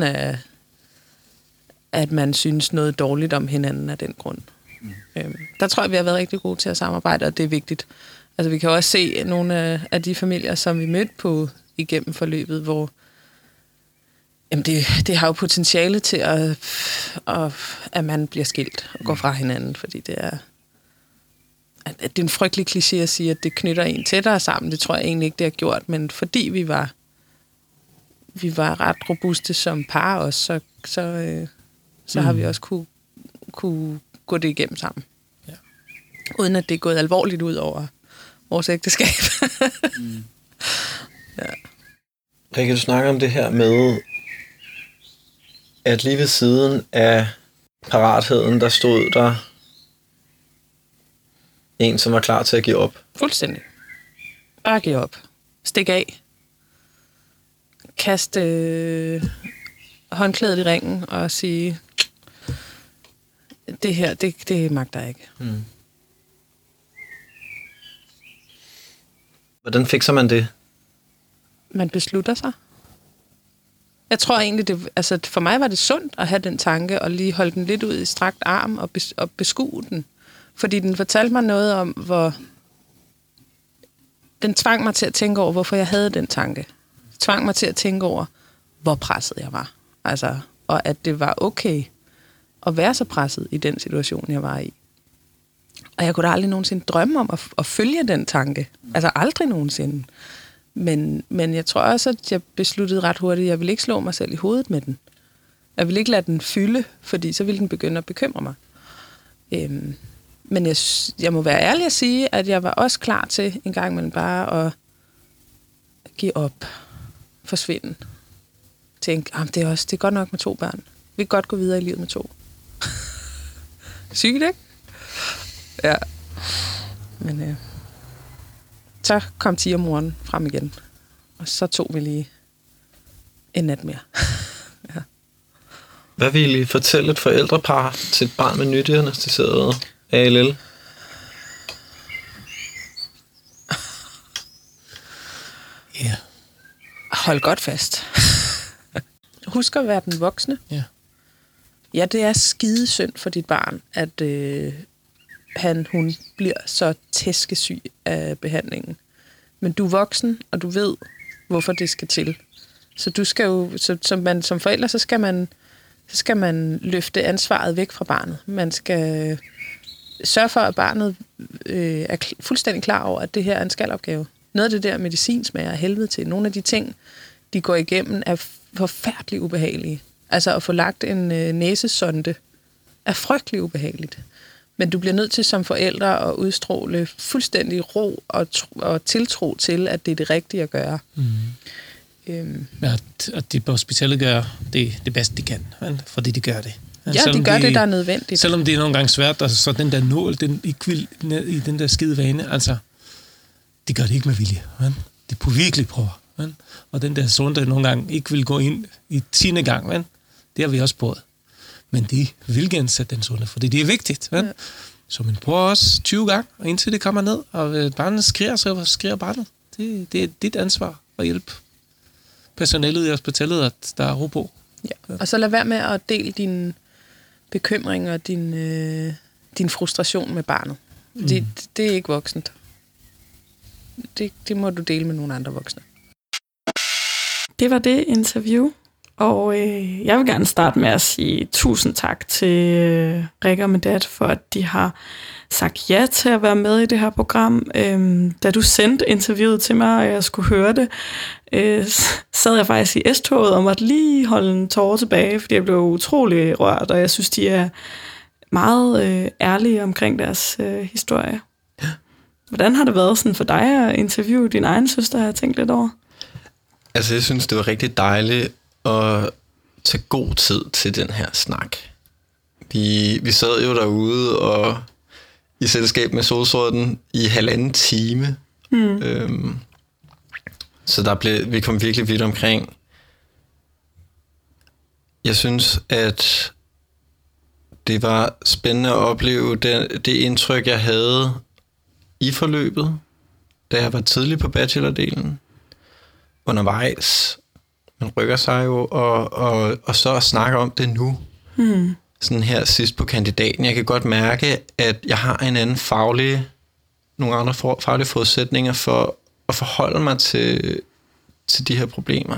at man synes noget dårligt om hinanden af den grund. Der tror jeg, vi har været rigtig gode til at samarbejde, og det er vigtigt. Altså, vi kan også se nogle af de familier, som vi mødte på igennem forløbet, hvor det har jo potentiale til, at man bliver skilt og går fra hinanden, fordi det er en frygtelig kliché at sige, at det knytter en tættere sammen. Det tror jeg egentlig ikke, det har gjort, men fordi vi var ret robuste som par også, så har vi også kunne gå det igennem sammen. Ja. Uden at det er gået alvorligt ud over vores ægteskab. Ja. Rikke, du snakker om det her med, at lige ved siden af paratheden, der stod der en, som var klar til at give op. Fuldstændig. Bare give op. Stik af. Kast håndklædet i ringen og sige, det her, det magter jeg ikke. Hvordan fikser man det? Man beslutter sig. Jeg tror egentlig, for mig var det sundt at have den tanke, og lige holde den lidt ud i strakt arm og beskue den. Fordi den fortalte mig noget om, hvor den tvang mig til at tænke over, hvorfor jeg havde den tanke. Tvang mig til at tænke over, hvor presset jeg var. Altså, og at det var okay at være så presset i den situation, jeg var i. Og jeg kunne da aldrig nogensinde drømme om at følge den tanke. Altså aldrig nogensinde. Men jeg tror også, at jeg besluttede ret hurtigt, at jeg ville ikke slå mig selv i hovedet med den. Jeg ville ikke lade den fylde, fordi så ville den begynde at bekymre mig. Men jeg må være ærlig at sige, at jeg var også klar til en gang imellem bare at give op, forsvinde. Tænke, det er godt nok med 2 børn. Vi kan godt gå videre i livet med 2. Sygt, ikke? Ja. Men så kom tigermoren frem igen. Og så tog vi lige en nat mere. Ja. Hvad vil I fortælle et forældrepar til et barn med nydiagnosticeret ALL? Ja. Hold godt fast. Husk at være den voksne. Ja. Ja, det er skidesynd for dit barn, at hun bliver så tæskesyg af behandlingen. Men du er voksen, og du ved, hvorfor det skal til. Så du skal jo, som forælder, så skal man løfte ansvaret væk fra barnet. Man skal sørge for, at barnet er fuldstændig klar over, at det her er en skalopgave. Noget af det der medicin smager af helvede til. Nogle af de ting, de går igennem, er forfærdeligt ubehagelige. Altså at få lagt en næsesonde er frygtelig ubehageligt. Men du bliver nødt til som forældre at udstråle fuldstændig ro og tiltro til, at det er det rigtige at gøre. At de på hospitalet gør det bedste, de kan, fordi de gør det. Ja, de gør det, der er nødvendigt. Selvom det er nogle gange svært, altså, så den der nål, den ikke vil ned i den der skide vane, altså, de gør det ikke med vilje. De virkelig prøver. Og den der sonde nogle gange ikke vil gå ind i 10. gang, det har vi også prøvet. Men de vil gensætte den sonde, fordi det er vigtigt. Ja. Så min bror også 20 gange, og indtil det kommer ned, og barnet skriger, så skriger barnet. Det er dit ansvar at hjælpe personalet i hospitalet, at der er ro på. Ja. Og så lad være med at dele din bekymring og din frustration med barnet. Det er ikke voksent. Det må du dele med nogle andre voksne. Det var det interview. Og jeg vil gerne starte med at sige tusind tak til Rikke og Medad for, at de har sagt ja til at være med i det her program. Da du sendte interviewet til mig, og jeg skulle høre det, sad jeg faktisk i S-toget og måtte lige holde en tårer tilbage, fordi jeg blev utrolig rørt, og jeg synes, de er meget ærlige omkring deres historie. Hvordan har det været sådan for dig at interviewe din egen søster, har jeg tænkt lidt over? Altså, jeg synes, det var rigtig dejligt at tage god tid til den her snak. Vi sad jo derude og i selskab med solsorten i 1,5 time. Så vi kom virkelig vidt omkring. Jeg synes, at det var spændende at opleve det indtryk, jeg havde i forløbet, da jeg var tidlig på bachelordelen. Undervejs. Man rykker sig jo, og så at snakke om det nu. Sådan her sidst på kandidaten. Jeg kan godt mærke, at jeg har nogle andre faglige forudsætninger for at forholde mig til de her problemer.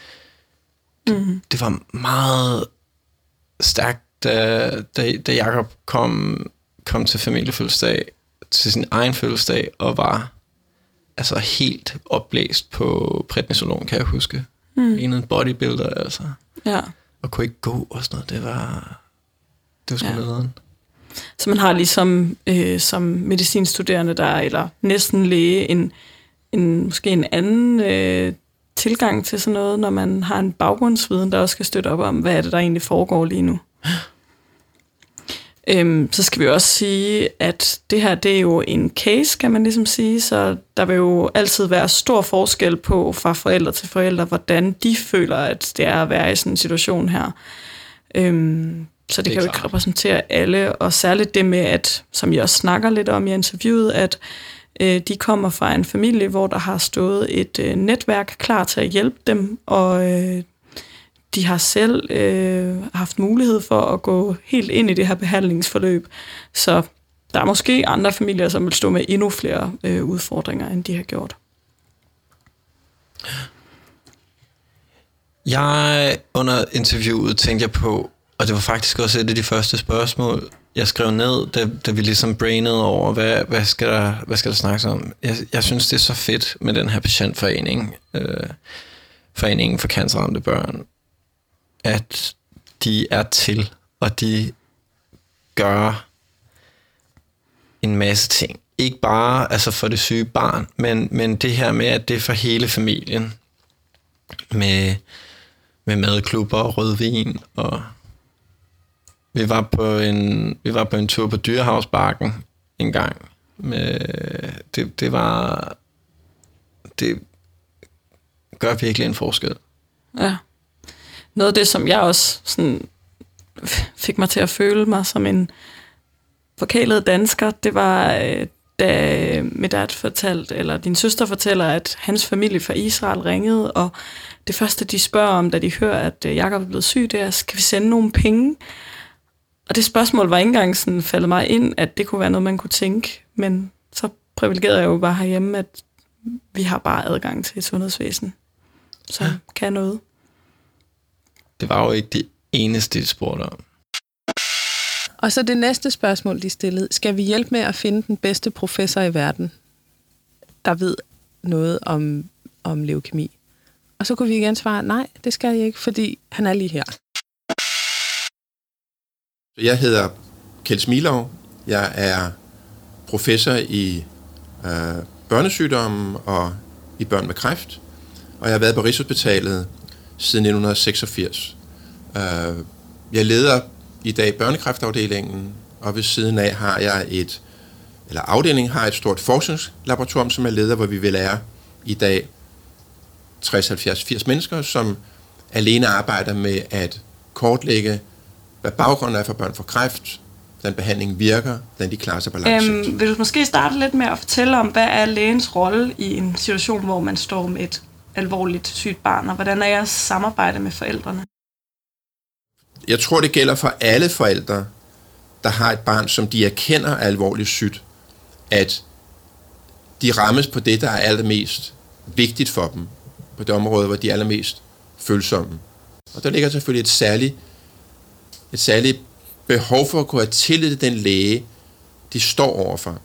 Det var meget stærkt, da Jacob kom til familiefødselsdag, til sin egen fødselsdag, og var altså helt opblæst på prednisolon, kan jeg huske. En bodybuilder, altså. Ja. Og kunne ikke gå og sådan noget. Det var sgu nederen. Så man har ligesom som medicinstuderende, eller næsten læge, måske en anden tilgang til sådan noget, når man har en baggrundsviden, der også skal støtte op om, hvad er det, der egentlig foregår lige nu. Så skal vi også sige, at det her, det er jo en case, kan man ligesom sige, så der vil jo altid være stor forskel på fra forældre til forældre, hvordan de føler, at det er at være i sådan en situation her. Så det kan jo ikke repræsentere alle, og særligt det med, at, som jeg også snakker lidt om i interviewet, at de kommer fra en familie, hvor der har stået et netværk klar til at hjælpe dem, og de har selv haft mulighed for at gå helt ind i det her behandlingsforløb. Så der er måske andre familier, som vil stå med endnu flere udfordringer, end de har gjort. Jeg under interviewet tænkte jeg på, og det var faktisk også et af de første spørgsmål, jeg skrev ned, da vi ligesom brainede over, hvad skal der snakkes om. Jeg synes, det er så fedt med den her patientforening, Foreningen for Cancerramte Børn, at de er til, og de gør en masse ting. Ikke bare altså for det syge barn, men det her med, at det er for hele familien. Med madklubber og rødvin, og vi var på en tur på Dyrehavsbakken en gang. Det gør virkelig en forskel. Ja. Noget af det, som jeg også sådan fik mig til at føle mig som en forkælet dansker, det var, da Medad fortalte, eller din søster fortæller, at hans familie fra Israel ringede, og det første, de spørger om, da de hører, at Jacob er blevet syg, det er, skal vi sende nogle penge? Og det spørgsmål var ikke engang sådan faldet mig ind, at det kunne være noget, man kunne tænke, men så privilegerede jeg jo bare herhjemme, at vi har bare adgang til et sundhedsvæsen, som kan noget. Det var jo ikke det eneste, de spurgte om. Og så det næste spørgsmål, de stillede. Skal vi hjælpe med at finde den bedste professor i verden, der ved noget om leukemi? Og så kunne vi igen svare, nej, det skal jeg ikke, fordi han er lige her. Jeg hedder Kjeld Smilov. Jeg er professor i børnesygdomme og i børn med kræft. Og jeg har været på Rigshospitalet siden 1986. Jeg leder i dag børnekræftafdelingen, og ved siden af har jeg afdelingen har et stort forskningslaboratorium, som jeg leder, hvor vi vil lære i dag 60, 70, 80 mennesker, som alene arbejder med at kortlægge, hvad baggrunden er for børn for kræft, hvordan behandlingen virker, hvordan de klarer sig på lang sigt. Vil du måske starte lidt med at fortælle om, hvad er lægens rolle i en situation, hvor man står med et alvorligt sygt barn, og hvordan er jeres samarbejde med forældrene? Jeg tror, det gælder for alle forældre, der har et barn, som de erkender er alvorligt sygt, at de rammes på det, der er allermest vigtigt for dem, på det område, hvor de er allermest følsomme. Og der ligger selvfølgelig et særligt behov for at kunne have tillid til den læge, de står overfor.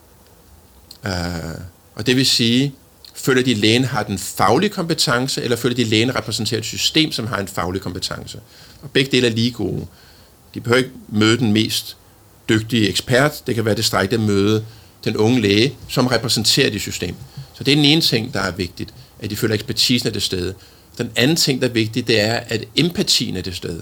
Og det vil sige, føler de lægen har den faglige kompetence, eller føler de lægen repræsenterer et system, som har en faglig kompetence. Og begge dele er lige gode. De behøver ikke møde den mest dygtige ekspert. Det kan være det stræk at møde den unge læge, som repræsenterer det system. Så det er den ene ting, der er vigtigt, at de føler ekspertisen er det sted. Den anden ting, der er vigtigt, det er, at empatien er det sted.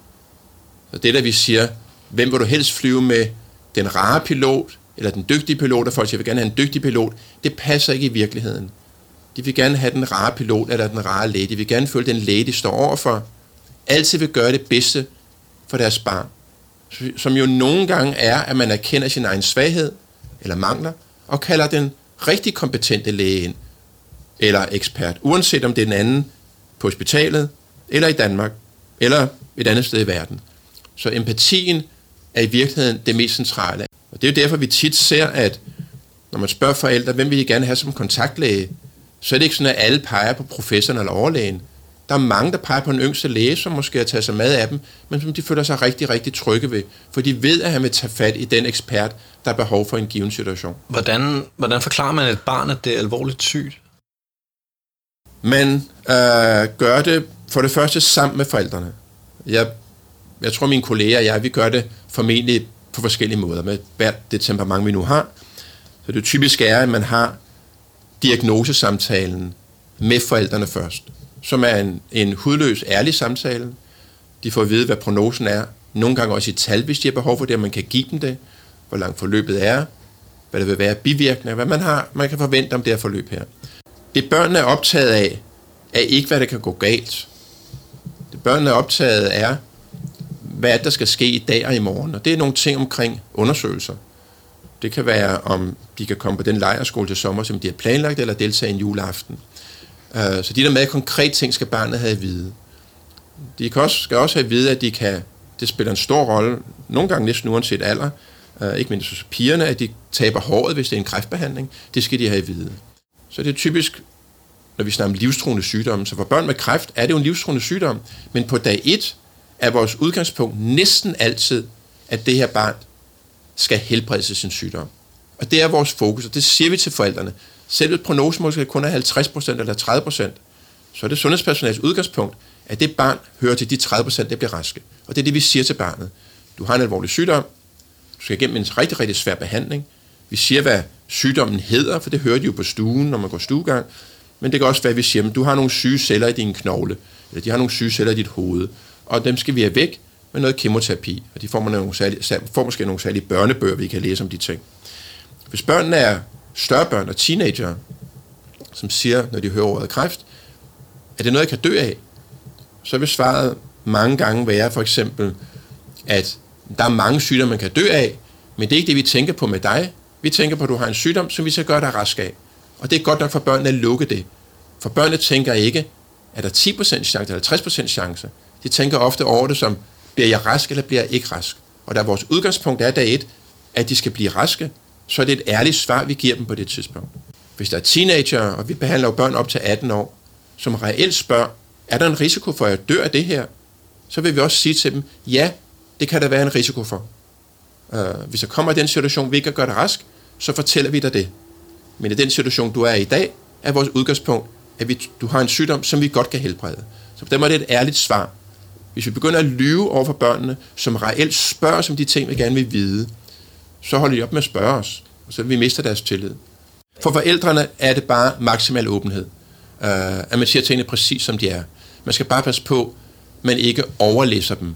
Så det, der vi siger, hvem vil du helst flyve med, den rare pilot, eller den dygtige pilot, og folk siger, jeg vil gerne have en dygtig pilot, det passer ikke i virkeligheden. De vil gerne have den rare pilot, eller den rare læge. De vil gerne følge den læge, de står overfor. Altid vil gøre det bedste for deres barn. Som jo nogle gange er, at man erkender sin egen svaghed, eller mangler, og kalder den rigtig kompetente læge ind, eller ekspert, uanset om det er den anden på hospitalet, eller i Danmark, eller et andet sted i verden. Så empatien er i virkeligheden det mest centrale. Og det er jo derfor, vi tit ser, at når man spørger forældre, hvem vil I gerne have som kontaktlæge, så er det ikke sådan, at alle peger på professoren eller overlægen. Der er mange, der peger på en yngste læge, som måske har taget sig med af dem, men som de føler sig rigtig, rigtig trygge ved, for de ved, at han vil tage fat i den ekspert, der er behov for en given situation. Hvordan forklarer man et barn, at det er alvorligt sygt? Man gør det for det første sammen med forældrene. Jeg tror, mine kolleger og jeg, vi gør det formentlig på forskellige måder, med hvert det temperament, vi nu har. Så det typiske er, at man har diagnosesamtalen med forældrene først, som er en hudløs, ærlig samtale. De får at vide, hvad prognosen er. Nogle gange også i tal, hvis de har behov for det, og man kan give dem det. Hvor langt forløbet er. Hvad det vil være bivirkninger. Hvad man kan forvente om det her forløb her. Det børnene er optaget af, er ikke, hvad der kan gå galt. Det børnene er optaget af, hvad der skal ske i dag og i morgen. Og det er nogle ting omkring undersøgelser. Det kan være, om de kan komme på den lejrskole til sommer, som de har planlagt, eller deltage en juleaften. Så de der med konkrete ting skal barnet have at vide. De skal også have at vide, at det spiller en stor rolle, nogle gange næsten uanset alder, ikke mindst hos pigerne, at de taber håret, hvis det er en kræftbehandling. Det skal de have at vide. Så det er typisk, når vi snakker om livstruende sygdomme. Så for børn med kræft er det jo en livstruende sygdom, men på dag 1 er vores udgangspunkt næsten altid, at det her barn skal helbredes af sin sygdom. Og det er vores fokus, og det siger vi til forældrene. Selv et prognosen måske kun er 50% eller 30%, så er det sundhedspersonalets udgangspunkt, at det barn hører til de 30%, der bliver raske. Og det er det, vi siger til barnet. Du har en alvorlig sygdom, du skal igennem en rigtig, rigtig svær behandling. Vi siger, hvad sygdommen hedder, for det hører de jo på stuen, når man går stuegang. Men det kan også være, at vi siger, at du har nogle syge celler i din knogle, eller de har nogle syge celler i dit hoved, og dem skal vi have væk med noget kemoterapi. Og de får måske nogle særlige børnebøger, vi kan læse om de ting. Hvis børnene er større børn og teenager, som siger, når de hører ordet kræft, er det noget, jeg kan dø af, så vil svaret mange gange være for eksempel, at der er mange sygdomme, man kan dø af, men det er ikke det, vi tænker på med dig. Vi tænker på, at du har en sygdom, som vi skal gøre dig rask af. Og det er godt nok for børnene at lukke det. For børnene tænker ikke, er der 10% chance eller 60% chance. De tænker ofte over det som, bliver jeg rask eller bliver jeg ikke rask? Og der vores udgangspunkt er dag 1, at de skal blive raske, så er det et ærligt svar, vi giver dem på det tidspunkt. Hvis der er teenager, og vi behandler jo børn op til 18 år, som reelt spørger, er der en risiko for, at jeg dør af det her? Så vil vi også sige til dem, ja, det kan der være en risiko for. Hvis der kommer i den situation, vi ikke kan gøre dig rask, så fortæller vi dig det. Men i den situation, du er i dag, er vores udgangspunkt, at du har en sygdom, som vi godt kan helbrede. Så på den måde er det et ærligt svar. Hvis vi begynder at lyve over for børnene, som reelt spørger os om de ting, vi gerne vil vide, så holder de op med at spørge os, og så vil vi mister deres tillid. For forældrene er det bare maksimal åbenhed. At man siger tingene præcis som de er. Man skal bare passe på, at man ikke overlæser dem.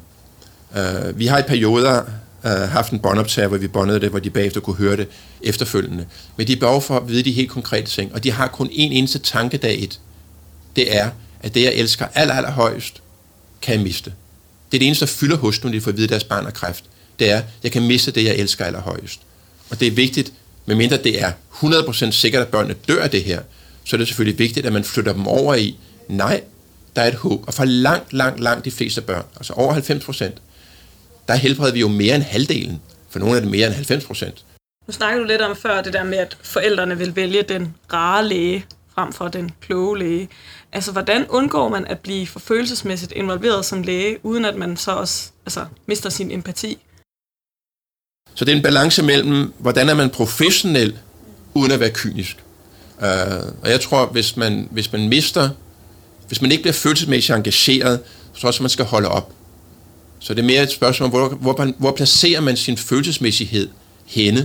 Vi har i perioder haft en båndoptager, hvor vi båndede det, hvor de bagefter kunne høre det efterfølgende. Men de er behov for at vide de helt konkrete ting, og de har kun en eneste tanke dag 1. Det er, at det jeg elsker allerhøjst, kan jeg miste. Det er det eneste, der fylder hos, når de får at vide, at deres barn har kræft. det er, jeg kan miste det, jeg elsker allerhøjest. Og det er vigtigt, medmindre det er 100% sikkert, at børnene dør af det her, så er det selvfølgelig vigtigt, at man flytter dem over i, nej, der er et håb. Og for langt de fleste børn, altså over 90%, der helbreder vi jo mere end halvdelen. For nogle er det mere end 90%. Nu snakkede du lidt om før det der med, at forældrene vil vælge den rare læge frem for den kloge læge. Altså, hvordan undgår man at blive for følelsesmæssigt involveret som læge, uden at man så også mister sin empati? Så det er en balance mellem, hvordan er man professionel, uden at være kynisk. Og jeg tror, hvis man ikke bliver følelsesmæssigt engageret, så tror jeg også, man skal holde op. Så det er mere et spørgsmål om, hvor placerer man sin følelsesmæssighed henne.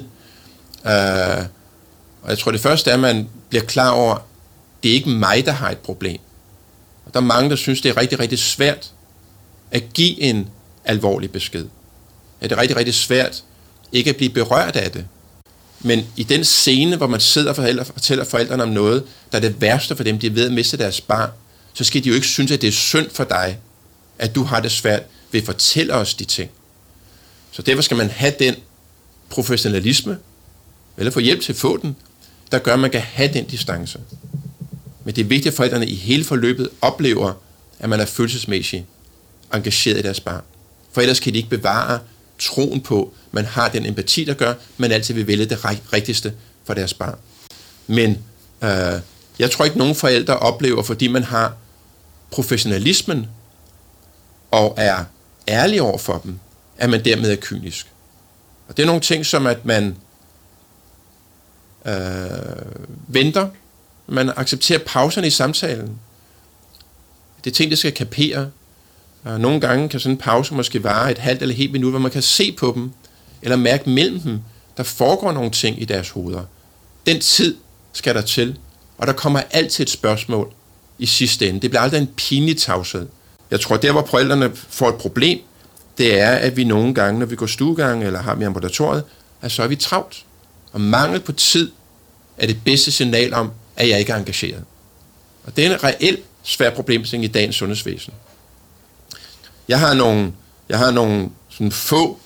Og jeg tror, det første er, at man bliver klar over, det er ikke mig, der har et problem. Og der er mange, der synes, det er rigtig, rigtig svært at give en alvorlig besked. At det er rigtig, rigtig svært ikke at blive berørt af det. Men i den scene, hvor man sidder og fortæller forældrene om noget, der er det værste for dem, de er ved at miste deres barn, så skal de jo ikke synes, at det er synd for dig, at du har det svært ved at fortælle os de ting. Så derfor skal man have den professionalisme, eller få hjælp til at få den, der gør, at man kan have den distance. Men det er vigtigt, at forældrene i hele forløbet oplever, at man er følelsesmæssigt engageret i deres barn. For ellers kan de ikke bevare troen på, at man har den empati, der gør, at man altid vil vælge det rigtigste for deres barn. Men jeg tror ikke, nogen forældre oplever, fordi man har professionalismen og er ærlig over for dem, at man dermed er kynisk. Og det er nogle ting, som at man venter, man accepterer pauserne i samtalen. Det er ting, der skal kapere. Og nogle gange kan sådan en pause måske vare et halvt eller helt minut, hvor man kan se på dem, eller mærke mellem dem, der foregår nogle ting i deres hoveder. Den tid skal der til, og der kommer altid et spørgsmål i sidste ende. Det bliver aldrig en pinlig tavshed. Jeg tror, der hvor forældrene får et problem, det er, at vi nogle gange, når vi går stuegang eller har vi ambulatoriet, så er vi travlt. Og mangel på tid er det bedste signal om, at jeg ikke er engageret. Og det er en reelt svær problemstilling i dagens sundhedsvæsen. Jeg har nogle sådan få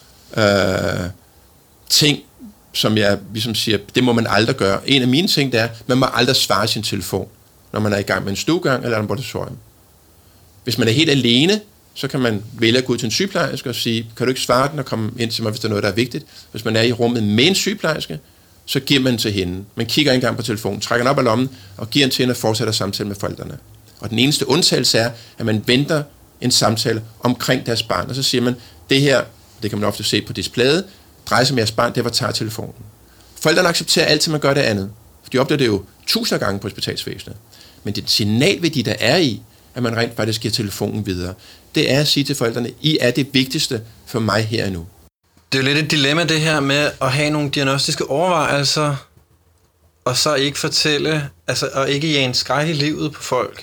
ting, som jeg ligesom siger, det må man aldrig gøre. En af mine ting, det er, man må aldrig svare sin telefon, når man er i gang med en stuegang eller en ambulatorium. Hvis man er helt alene, så kan man vælge at gå ud til en sygeplejerske og sige, kan du ikke svare den og komme ind til mig, hvis der er noget, der er vigtigt. Hvis man er i rummet med en sygeplejerske, så giver man til hende. Man kigger en gang på telefonen, trækker den op af lommen og giver den til hende og fortsætter samtale med forældrene. Og den eneste undtagelse er, at man venter en samtale omkring deres barn, og så siger man, det her, det kan man ofte se på displayet, drejer sig med jeres barn, det var tager telefonen. Forældrene accepterer altid, man gør det andet. For de oplever det jo 1000 gange på hospitalsvæsenet. Men det signalværdi, der er i, at man rent faktisk giver telefonen videre, det er at sige til forældrene, I er det vigtigste for mig her og nu. Det er jo lidt et dilemma, det her med at have nogle diagnostiske overvejelser, og så ikke fortælle, og ikke jage en skræk i livet på folk.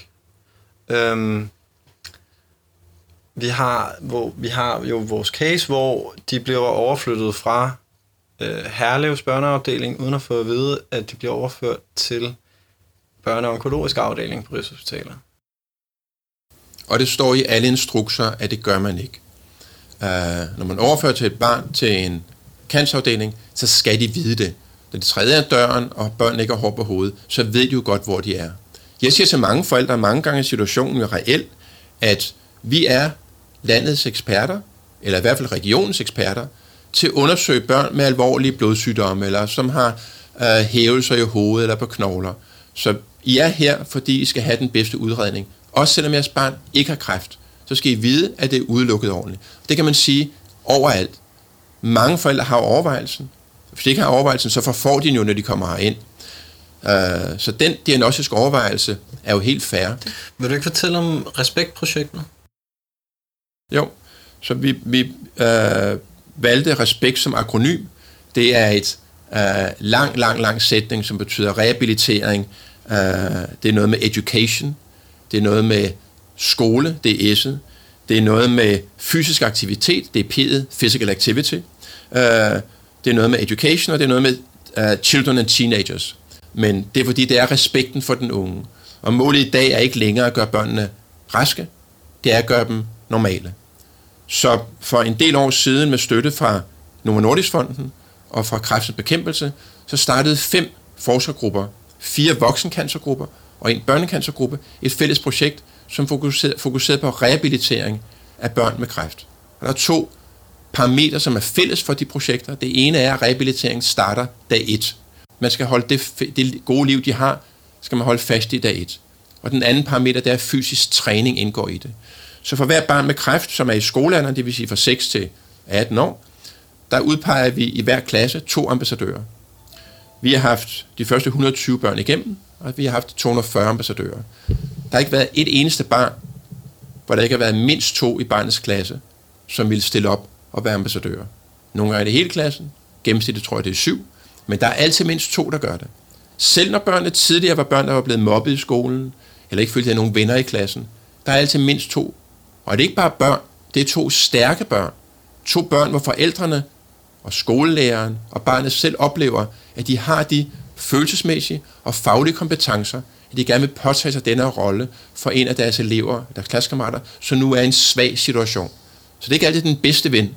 Vi har jo vores case, hvor de bliver overflyttet fra Herlevs børneafdeling, uden at få at vide, at de bliver overført til børneonkologisk afdeling på Rigshospitalet. Og det står i alle instrukser, at det gør man ikke. Når man overfører til et barn til en cancerafdeling, så skal de vide det. Når de træder af døren, og børnene ikke har hår på hovedet, så ved de jo godt, hvor de er. Jeg siger til mange forældre, mange gange i situationen er reelt, at vi er landets eksperter, eller i hvert fald regionens eksperter, til at undersøge børn med alvorlige blodsygdomme, eller som har hævelser i hovedet eller på knogler. Så I er her, fordi I skal have den bedste udredning. Også selvom jeres barn ikke har kræft, så skal I vide, at det er udelukket ordentligt. Det kan man sige overalt. Mange forældre har overvejelsen. Hvis de ikke har overvejelsen, så får de den jo, når de kommer herind. Så den diagnostiske overvejelse er jo helt fair. Vil du ikke fortælle om Respektprojektet? Jo, så vi valgte Respekt som akronym. Det er et lang sætning, som betyder rehabilitering. Det er noget med education. Det er noget med skole, det er S'et. Det er noget med fysisk aktivitet, det er P'et, physical activity. Det er noget med education, og det er noget med children and teenagers. Men det er fordi, det er respekten for den unge. Og målet i dag er ikke længere at gøre børnene raske, det er at gøre dem normale. Så for en del år siden med støtte fra Novo Nordisk-fonden og fra Kræftens Bekæmpelse, så startede 5 forskergrupper, 4 voksencancergrupper og 1 børnecancergruppe, et fælles projekt, som fokuserede på rehabilitering af børn med kræft. Og der er 2 parametre, som er fælles for de projekter. Det ene er, at rehabiliteringen starter dag 1. Man skal holde det gode liv, de har, skal man holde fast i dag 1. Og den anden parameter, det er, at fysisk træning indgår i det. Så for hver barn med kræft, som er i skolealderen, det vil sige fra 6 til 18 år, der udpeger vi i hver klasse 2 ambassadører. Vi har haft de første 120 børn igennem, og vi har haft 240 ambassadører. Der har ikke været et eneste barn, hvor der ikke har været mindst 2 i barnets klasse, som ville stille op og være ambassadører. Nogle gange er det hele klassen, gennemsnitligt tror jeg det er 7, men der er altid mindst 2, der gør det. Selv når børnene tidligere var børn, der var blevet mobbet i skolen, eller ikke følte, at nogen venner i klassen, der er altid mindst 2. Og det er ikke bare børn, det er 2 stærke børn. 2 børn, hvor forældrene og skolelæreren og barnet selv oplever, at de har de følelsesmæssige og faglige kompetencer, at de gerne vil påtage sig denne rolle for en af deres elever, deres klassekammerater, som nu er i en svag situation. Så det er ikke altid den bedste ven.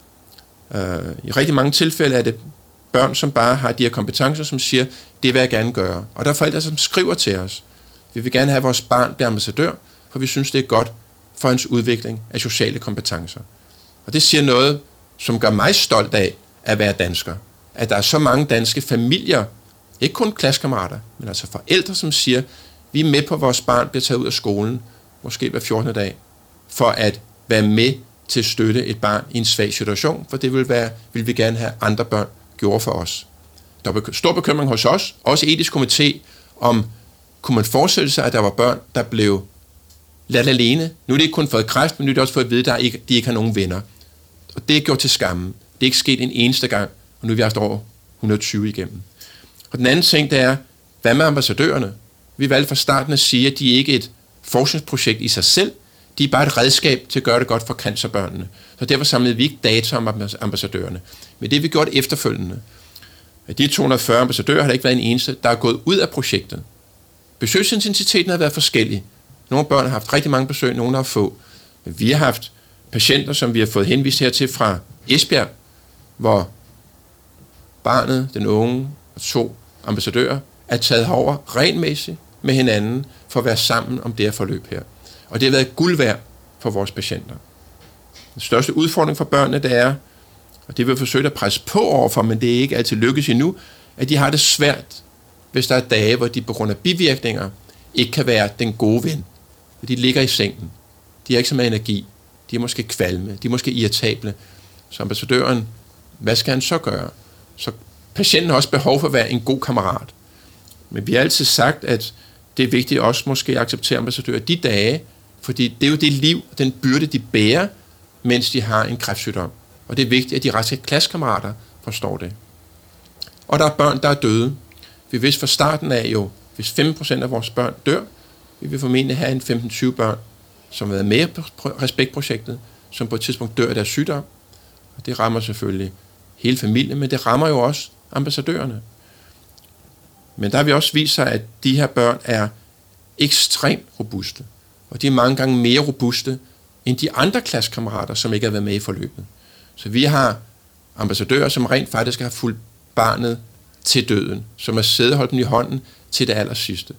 I rigtig mange tilfælde er det børn, som bare har de her kompetencer, som siger, det vil jeg gerne gøre. Og der er forældre, som skriver til os, vi vil gerne have, at vores barn bliver ambassadør, for vi synes, det er godt for hans udvikling af sociale kompetencer. Og det siger noget, som gør mig stolt af at være dansker. At der er så mange danske familier, ikke kun klassekammerater, men altså forældre, som siger, vi er med på, at vores barn bliver taget ud af skolen, måske hver 14. dag, for at være med til at støtte et barn i en svag situation, for det vil vi gerne have andre børn gjorde for os. Der var stor bekymring hos os, også etisk komité, om kunne man forestille sig, at der var børn, der blev ladt alene. Nu er det ikke kun fået kræft, men nu er det også fået at vide, at de ikke har nogen venner. Og det er gjort til skamme. Det er ikke sket en eneste gang, og nu er vi haft over 120 igennem. Og den anden ting, det er, hvad med ambassadørerne? Vi valgte fra starten at sige, at de ikke er et forskningsprojekt i sig selv, de er bare et redskab til at gøre det godt for cancerbørnene. Så derfor samlede vi ikke data om ambassadørerne. Men det har vi gjort efterfølgende. De 240 ambassadører har der ikke været en eneste, der er gået ud af projektet. Besøgsintensiteten har været forskellig. Nogle børn har haft rigtig mange besøg, nogle har få. Men vi har haft patienter, som vi har fået henvist hertil fra Esbjerg, hvor barnet, den unge og 2 ambassadører er taget herover regelmæssigt med hinanden for at være sammen om det her forløb her. Og det har været guld værd for vores patienter. Den største udfordring for børnene, det er, og det vil vi forsøge at presse på overfor, men det er ikke altid lykkes endnu, at de har det svært, hvis der er dage, hvor de på grund af bivirkninger ikke kan være den gode ven. De ligger i sengen. De har ikke så meget energi. De er måske kvalme. De er måske irritable. Så ambassadøren, hvad skal han så gøre? Så patienten har også behov for at være en god kammerat. Men vi har altid sagt, at det er vigtigt også måske at acceptere ambassadører de dage, fordi det er jo det liv, den byrde, de bærer, mens de har en kræftsygdom. Og det er vigtigt, at de raske klassekammerater forstår det. Og der er børn, der er døde. Vi vidste fra starten af jo, hvis 5% af vores børn dør, vi vil formentlig have en 15-20 børn, som har været med på Respektprojektet, som på et tidspunkt dør af deres sygdom. Og det rammer selvfølgelig hele familien, men det rammer jo også ambassadørerne. Men der har vi også vist sig, at de her børn er ekstremt robuste. Og de er mange gange mere robuste end de andre klassekammerater, som ikke har været med i forløbet. Så vi har ambassadører, som rent faktisk har fulgt barnet til døden, som har siddet og holdt dem i hånden til det allersidste.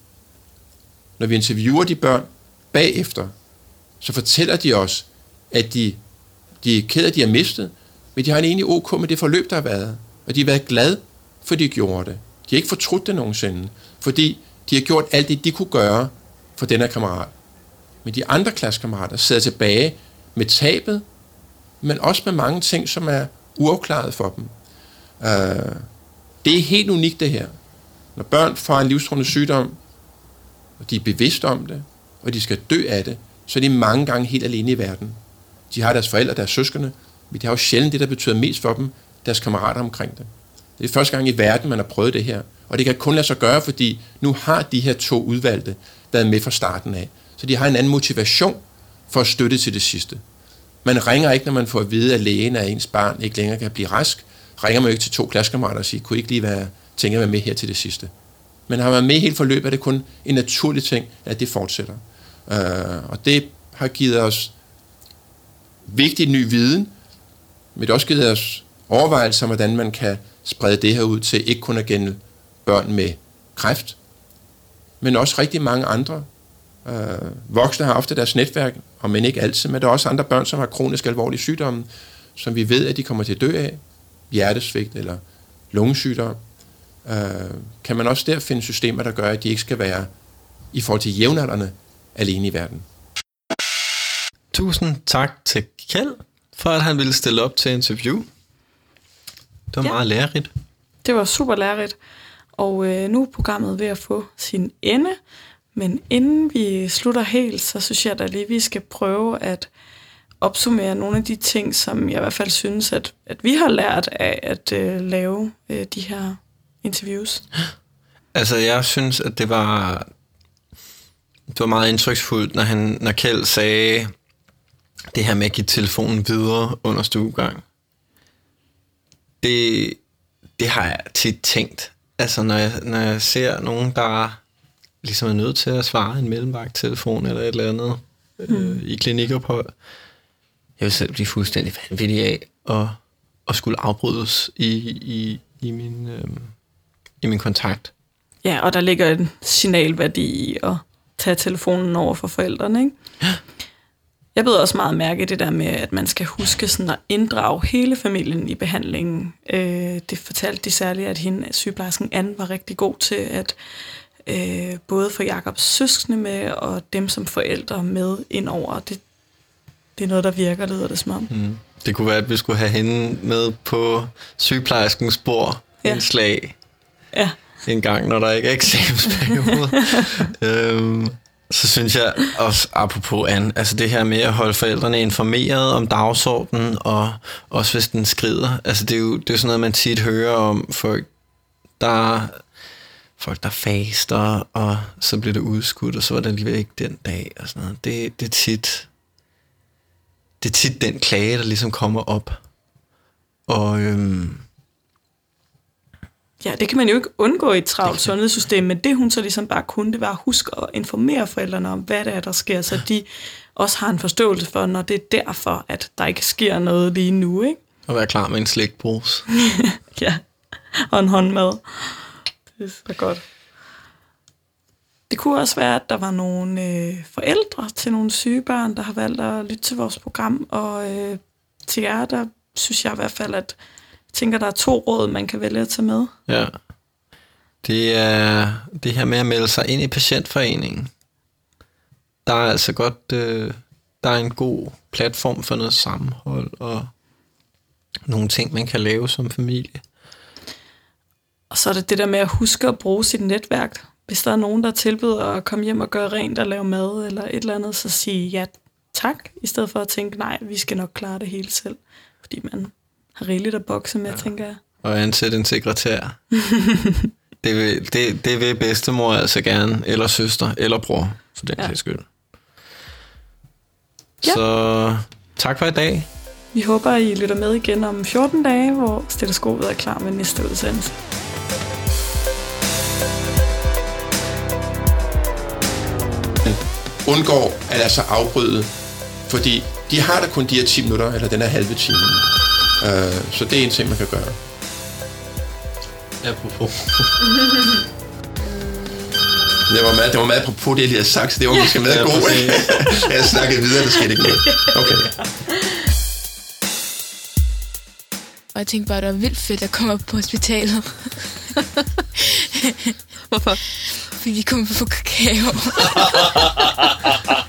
Når vi interviewer de børn bagefter, så fortæller de os, at de er ked af, at de har mistet, men de har egentlig ok med det forløb, der har været. Og de har været glade, for de gjorde det. De har ikke fortrudt det nogensinde, fordi de har gjort alt det, de kunne gøre for denne kammerat. Men de andre klassekammerater sidder tilbage med tabet, men også med mange ting, som er uafklaret for dem. Det er helt unikt det her. Når børn får en livstruende sygdom, og de er bevidste om det, og de skal dø af det, så er de mange gange helt alene i verden. De har deres forældre, deres søskende, men de har jo sjældent det, der betyder mest for dem, deres kammerater omkring dem. Det er første gang i verden, man har prøvet det her. Og det kan kun lade sig gøre, fordi nu har de her 2 udvalgte været med fra starten af. Så de har en anden motivation for at støtte til det sidste. Man ringer ikke, når man får at vide, at lægen af ens barn ikke længere kan blive rask. Ringer man ikke til 2 klassekammerater og siger, kunne I ikke lige tænke at være med her til det sidste? Men har man med hele forløbet, er det kun en naturlig ting, at det fortsætter. Og det har givet os vigtig ny viden, men det har også givet os overvejelser om, hvordan man kan sprede det her ud til ikke kun at gælde børn med kræft, men også rigtig mange andre. Voksne har ofte deres netværk, og men ikke altid, men der er også andre børn, som har kronisk alvorlige sygdomme, som vi ved, at de kommer til at dø af, hjertesvigt eller lungesygdom. Kan man også der finde systemer, der gør, at de ikke skal være i forhold til jævnaldrende alene i verden. Tusind tak til Kjeld, for at han ville stille op til interview. Det var meget lærerigt. Det var super lærerigt. Og nu er programmet ved at få sin ende. Men inden vi slutter helt, så synes jeg da lige, vi skal prøve at opsummere nogle af de ting, som jeg i hvert fald synes, at vi har lært af at lave de her interviews. Altså, jeg synes, at det var meget indtryksfuldt, når Kjeld sagde det her med at give telefonen videre under stuegang. Det har jeg tit tænkt. Altså, når jeg ser nogen, der ligesom er nødt til at svare en mellemvagttelefon eller et eller andet i klinikophold, jeg vil selv blive fuldstændig vanvittig af at skulle afbrydes i min kontakt. Ja, og der ligger en signalværdi i at tage telefonen over for forældrene, ikke? Ja. Jeg ved også meget mærke det der med, at man skal huske sådan at inddrage hele familien i behandlingen. Det fortalte de særligt, at sygeplejersken Anne var rigtig god til at både få Jakobs søskende med og dem som forældre med indover. Det er noget, der virker, lyder det som om. Det kunne være, at vi skulle have hende med på sygeplejerskens bord en slag en gang, når der ikke er eksamensperiode. Så synes jeg også, apropos Anne, altså det her med at holde forældrene informeret om dagsordenen, og også hvis den skrider. Altså det er jo sådan noget, man tit hører om folk, der faster, og så bliver det udskudt, og så var det alligevel ikke den dag, og sådan noget. Det er tit den klage, der ligesom kommer op. Og ja, det kan man jo ikke undgå i et travlt sundhedssystem, men det hun så ligesom bare kunne, det var at huske at informere forældrene om, hvad det er, der sker, så de også har en forståelse for, når det er derfor, at der ikke sker noget lige nu, ikke? Og være klar med en slikpose. Ja, og en håndmad. Det er så godt. Det kunne også være, at der var nogle forældre til nogle syge børn, der har valgt at lytte til vores program, og til jer, der synes jeg i hvert fald, at jeg tænker, der er 2 råd, man kan vælge at tage med. Ja. Det er det her med at melde sig ind i patientforeningen. Der er altså godt, der er en god platform for noget sammenhold, og nogle ting, man kan lave som familie. Og så er det der med at huske at bruge sit netværk. Hvis der er nogen, der tilbyder at komme hjem og gøre rent og lave mad eller et eller andet, så sige ja tak, i stedet for at tænke, nej, vi skal nok klare det hele selv. Fordi man har rigeligt at bokse med, tænker jeg. Og ansætte en sekretær. det vil bedstemor altså gerne, eller søster, eller bror, for den sags skyld. Ja. Så tak for i dag. Vi håber, I lytter med igen om 14 dage, hvor Stetoskopet er klar med næste udsendelse. Undgår at lade sig afbryde, fordi de har da kun de her 10 minutter, eller den her halve time. Så det er en ting, man kan gøre. Apropos. Det var meget apropos det, jeg lige havde sagt, så det var måske meget god. Jeg snakkede videre, der skete ikke noget. Okay. Og jeg tænkte bare, det var vildt fedt at komme op på hospitalet. Hvorfor? Fordi vi kom på kakao.